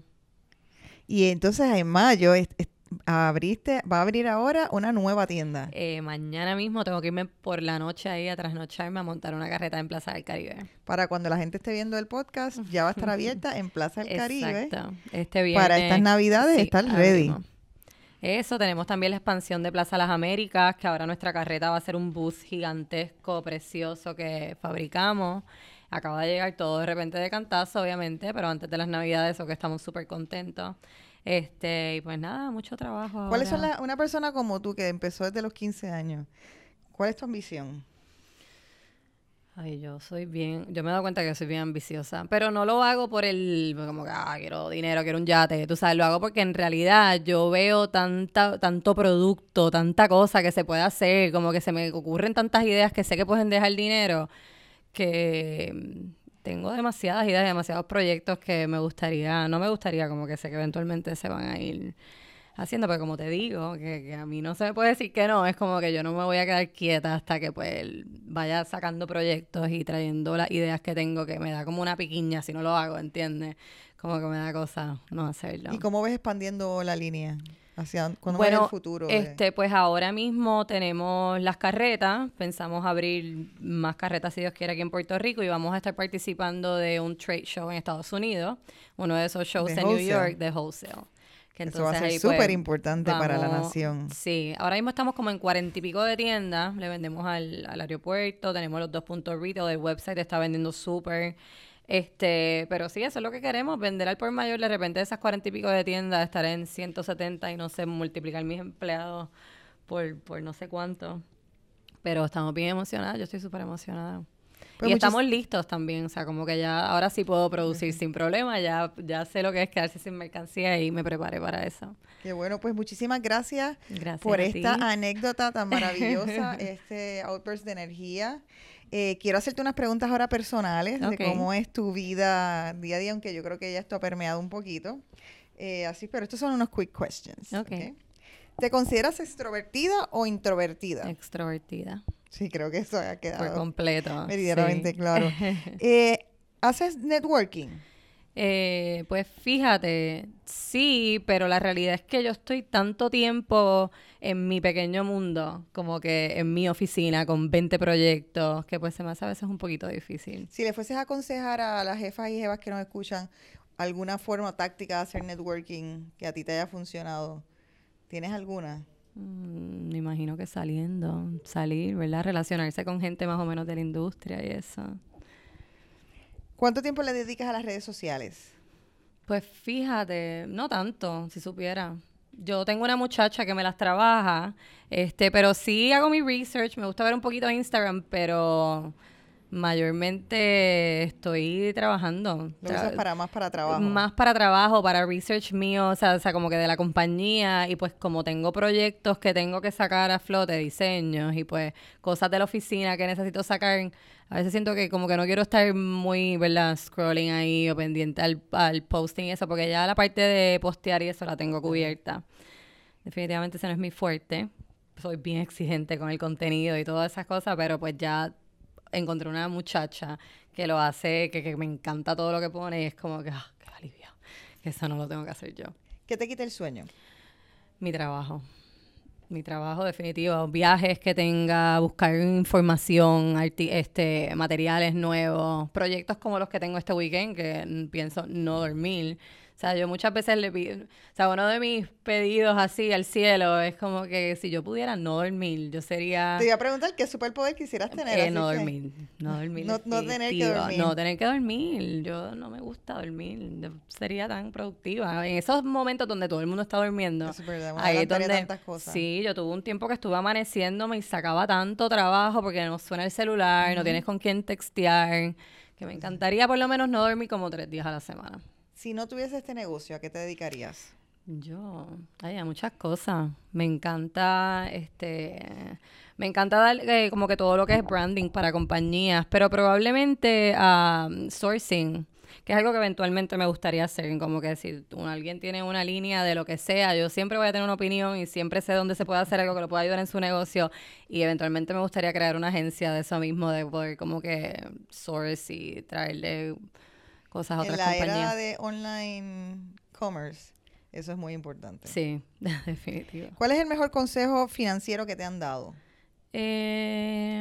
Y entonces en mayo est- est- abriste, va a abrir ahora una nueva tienda. Eh, mañana mismo tengo que irme por la noche ahí a trasnocharme a montar una carreta en Plaza del Caribe. Para cuando la gente esté viendo el podcast, ya va a estar abierta en Plaza del Caribe. Exacto. Este viernes. Para estas navidades, sí, estar ready. Abrimos. Eso, tenemos también la expansión de Plaza Las Américas, que ahora nuestra carreta va a ser un bus gigantesco, precioso que fabricamos. Acaba de llegar todo de repente de cantazo, obviamente, pero antes de las navidades, eso que estamos súper contentos. Este, y pues nada, mucho trabajo. ¿Cuáles ahora. son las, una persona como tú que empezó desde los quince años? ¿Cuál es tu ambición? Ay, yo soy bien, yo me he dado cuenta que soy bien ambiciosa, pero no lo hago por el, como que, ah, quiero dinero, quiero un yate, tú sabes, lo hago porque en realidad yo veo tanta, tanto producto, tanta cosa que se puede hacer, como que se me ocurren tantas ideas que sé que pueden dejar dinero, que tengo demasiadas ideas, demasiados proyectos que me gustaría, no me gustaría, como que sé que eventualmente se van a ir haciendo, pero como te digo, que, que a mí no se me puede decir que no, es como que yo no me voy a quedar quieta hasta que pues vaya sacando proyectos y trayendo las ideas que tengo, que me da como una piquiña si no lo hago, ¿entiendes? Como que me da cosa no hacerlo. ¿Y cómo ves expandiendo la línea? Hacia cuándo bueno, va el futuro. De... este, pues ahora mismo tenemos las carretas, pensamos abrir más carretas si Dios quiere aquí en Puerto Rico y vamos a estar participando de un trade show en Estados Unidos, uno de esos shows de en wholesale. New York de wholesale. Que Eso va a ser ahí, súper pues, importante vamos, para la nación. Sí, ahora mismo estamos como en cuarenta y pico de tiendas, le vendemos al, al aeropuerto, tenemos los dos puntos retail, el website está vendiendo súper, este, pero sí, eso es lo que queremos, vender al por mayor, de repente de esas cuarenta y pico de tiendas estar en ciento setenta y no sé, multiplicar mis empleados por, por no sé cuánto, pero estamos bien emocionadas, yo estoy súper emocionada. Pues y estamos listos también, o sea, como que ya ahora sí puedo producir uh-huh. sin problema, ya, ya sé lo que es quedarse sin mercancía y me preparé para eso. Qué bueno, pues muchísimas gracias, gracias por a esta ti. anécdota tan maravillosa, este outburst de energía. Eh, quiero hacerte unas preguntas ahora personales okay. de cómo es tu vida día a día, aunque yo creo que ya esto ha permeado un poquito. Eh, así, pero estos son unos quick questions. Okay. ¿Okay? ¿Te consideras extrovertida o introvertida? Extrovertida. Sí, creo que eso ha quedado por completo. meridianamente sí. claro. Eh, ¿Haces networking? Eh, pues fíjate, sí, pero la realidad es que yo estoy tanto tiempo en mi pequeño mundo, como que en mi oficina con veinte proyectos, que pues se me hace a veces un poquito difícil. Si le fueses a aconsejar a las jefas y jefas que nos escuchan alguna forma táctica de hacer networking que a ti te haya funcionado, ¿tienes alguna? Mm, me imagino que saliendo, salir, ¿verdad? Relacionarse con gente más o menos de la industria y eso. ¿Cuánto tiempo le dedicas a las redes sociales? Pues fíjate, no tanto, si supiera. Yo tengo una muchacha que me las trabaja, este, pero sí hago mi research, me gusta ver un poquito de Instagram, pero mayormente estoy trabajando. Lo Tra- usas para más para trabajo. más para trabajo, para research mío, o sea, o sea, como que de la compañía, y pues como tengo proyectos que tengo que sacar a flote, diseños y pues cosas de la oficina que necesito sacar, a veces siento que como que no quiero estar muy, ¿verdad? Scrolling ahí o pendiente al, al posting y eso, porque ya la parte de postear y eso la tengo cubierta. Definitivamente ese no es mi fuerte. Soy bien exigente con el contenido y todas esas cosas, pero pues ya encontré una muchacha que lo hace, que, que me encanta todo lo que pone y es como que, ah, qué alivio, que eso no lo tengo que hacer yo. ¿Qué te quita el sueño? Mi trabajo, mi trabajo definitivo, viajes que tenga, buscar información, arti- este, materiales nuevos, proyectos como los que tengo este weekend, que mm, pienso no dormir. O sea, yo muchas veces le pido, o sea, uno de mis pedidos así al cielo es como que si yo pudiera no dormir, yo sería... Te iba a preguntar qué superpoder quisieras tener. Eh, así no que dormir, no dormir. no, no tener que definitivo. dormir. No tener que dormir. Yo no me gusta dormir. Yo sería tan productiva. En esos momentos donde todo el mundo está durmiendo. Eso es verdad, uno Ahí es adelantaría donde. tantas cosas. Sí, yo tuve un tiempo que estuve amaneciéndome y sacaba tanto trabajo porque no suena el celular, no tienes con quién textear. Que me encantaría por lo menos no dormir como tres días a la semana. Si no tuvieses este negocio, ¿a qué te dedicarías? Yo, ay, a muchas cosas. Me encanta, este, me encanta dar eh, como que todo lo que es branding para compañías, pero probablemente ah, sourcing, que es algo que eventualmente me gustaría hacer. Como que si un- alguien tiene una línea de lo que sea, yo siempre voy a tener una opinión y siempre sé dónde se puede hacer algo que lo pueda ayudar en su negocio y eventualmente me gustaría crear una agencia de eso mismo, de poder como que source y traerle cosas a En otras la era compañías. de online commerce, eso es muy importante. Sí, definitivo. ¿Cuál es el mejor consejo financiero que te han dado? Eh,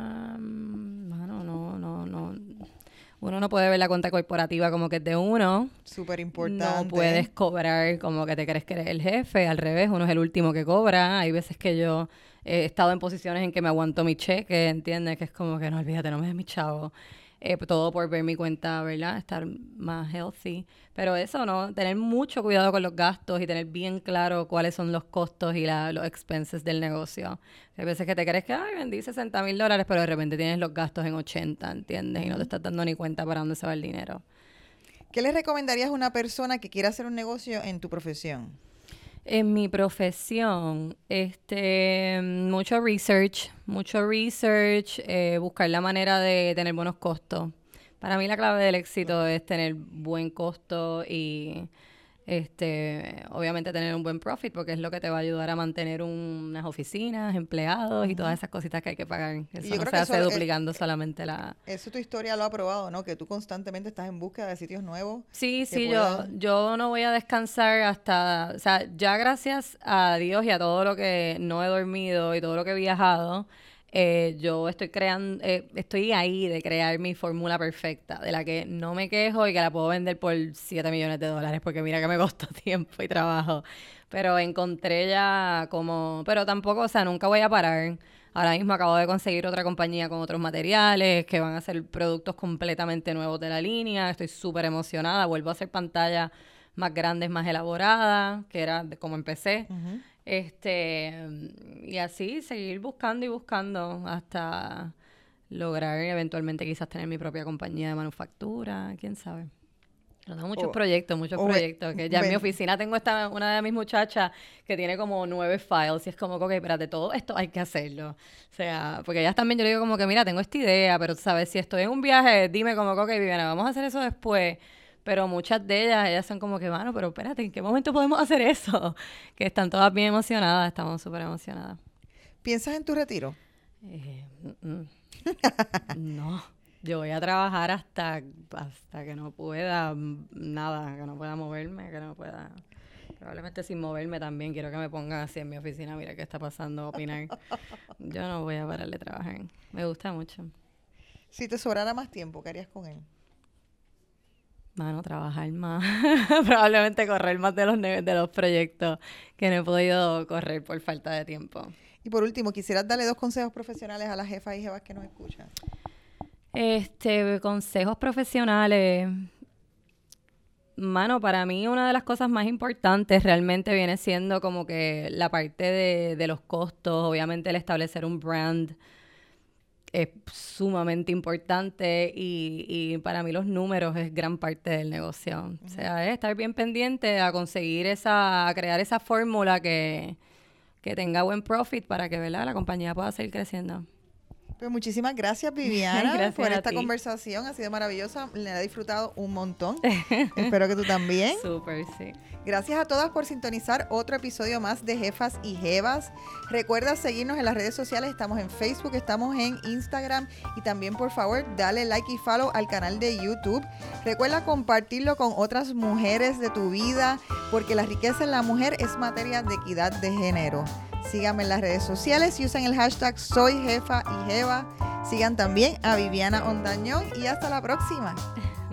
bueno, no, no, no. Uno no puede ver la cuenta corporativa como que es de uno. Súper importante. No puedes cobrar como que te crees que eres el jefe. Al revés, uno es el último que cobra. Hay veces que yo he estado en posiciones en que me aguanto mi cheque, ¿entiendes? Que es como que no, olvídate, no me des mi chavo. Eh, todo por ver mi cuenta, ¿verdad? Estar más healthy. Pero eso, ¿no? Tener mucho cuidado con los gastos y tener bien claro cuáles son los costos y la, los expenses del negocio. Hay veces que te crees que, ay, vendí sesenta mil dólares, pero de repente tienes los gastos en ochenta, ¿entiendes? Y no te estás dando ni cuenta para dónde se va el dinero. ¿Qué le recomendarías a una persona que quiera hacer un negocio en tu profesión? En mi profesión, este, mucho research, mucho research, eh, buscar la manera de tener buenos costos. Para mí la clave del éxito es tener buen costo y, este, obviamente tener un buen profit porque es lo que te va a ayudar a mantener un- unas oficinas, empleados y todas esas cositas que hay que pagar. Eso yo no creo se que hace eso, eh, duplicando solamente la... Eso tu historia lo ha probado, ¿no? Que tú constantemente estás en búsqueda de sitios nuevos. Sí, que sí, yo, puedan- yo no voy a descansar hasta, o sea, ya gracias a Dios y a todo lo que no he dormido y todo lo que he viajado, eh, yo estoy creando, eh, estoy ahí de crear mi fórmula perfecta, de la que no me quejo y que la puedo vender por siete millones de dólares, porque mira que me costó tiempo y trabajo. Pero encontré ya como, pero tampoco, o sea, nunca voy a parar. Ahora mismo acabo de conseguir otra compañía con otros materiales que van a ser productos completamente nuevos de la línea. Estoy súper emocionada. Vuelvo a hacer pantallas más grandes, más elaboradas, que era de como empecé. Ujú. Este, y así seguir buscando y buscando hasta lograr eventualmente quizás tener mi propia compañía de manufactura, quién sabe. Pero tengo muchos O- proyectos, muchos o ve- proyectos. Que ya en mi ven- oficina tengo esta, una de mis muchachas que tiene como nueve files y es como que, ok, espérate, todo esto hay que hacerlo. O sea, porque ellas también yo le digo como que, mira, tengo esta idea, pero tú sabes, si estoy en un viaje, dime como que, ok, Viviana, vamos a hacer eso después. Pero muchas de ellas, ellas son como que, mano, pero espérate, ¿en qué momento podemos hacer eso? Que están todas bien emocionadas, estamos súper emocionadas. ¿Piensas en tu retiro? Eh, mm, mm. No, yo voy a trabajar hasta, hasta que no pueda nada, que no pueda moverme, que no pueda... Probablemente sin moverme también. Quiero que me pongan así en mi oficina, mira qué está pasando, opinar. Yo no voy a parar de trabajar. Me gusta mucho. Si te sobrara más tiempo, ¿qué harías con él? Mano, trabajar más. Probablemente correr más de los, de los proyectos que no he podido correr por falta de tiempo. Y por último, ¿quisieras darle dos consejos profesionales a las jefas y jefas que nos escuchan? Este, consejos profesionales... Mano, para mí una de las cosas más importantes realmente viene siendo como que la parte de, de los costos. Obviamente el establecer un brand es sumamente importante y, y para mí los números es gran parte del negocio. Uh-huh. O sea, es estar bien pendiente a conseguir esa, a crear esa fórmula que, que tenga buen profit para que, ¿verdad?, la compañía pueda seguir creciendo. Pues muchísimas gracias, Viviana, gracias por esta ti. conversación. Ha sido maravillosa. Le he disfrutado un montón. Espero que tú también. Súper, sí. Gracias a todas por sintonizar otro episodio más de Jefas y Jevas. Recuerda seguirnos en las redes sociales. Estamos en Facebook, estamos en Instagram. Y también, por favor, dale like y follow al canal de YouTube. Recuerda compartirlo con otras mujeres de tu vida, porque la riqueza en la mujer es materia de equidad de género. Síganme en las redes sociales y usen el hashtag Soy Jefa y Jeva. Sigan también a Viviana Ondañón y hasta la próxima.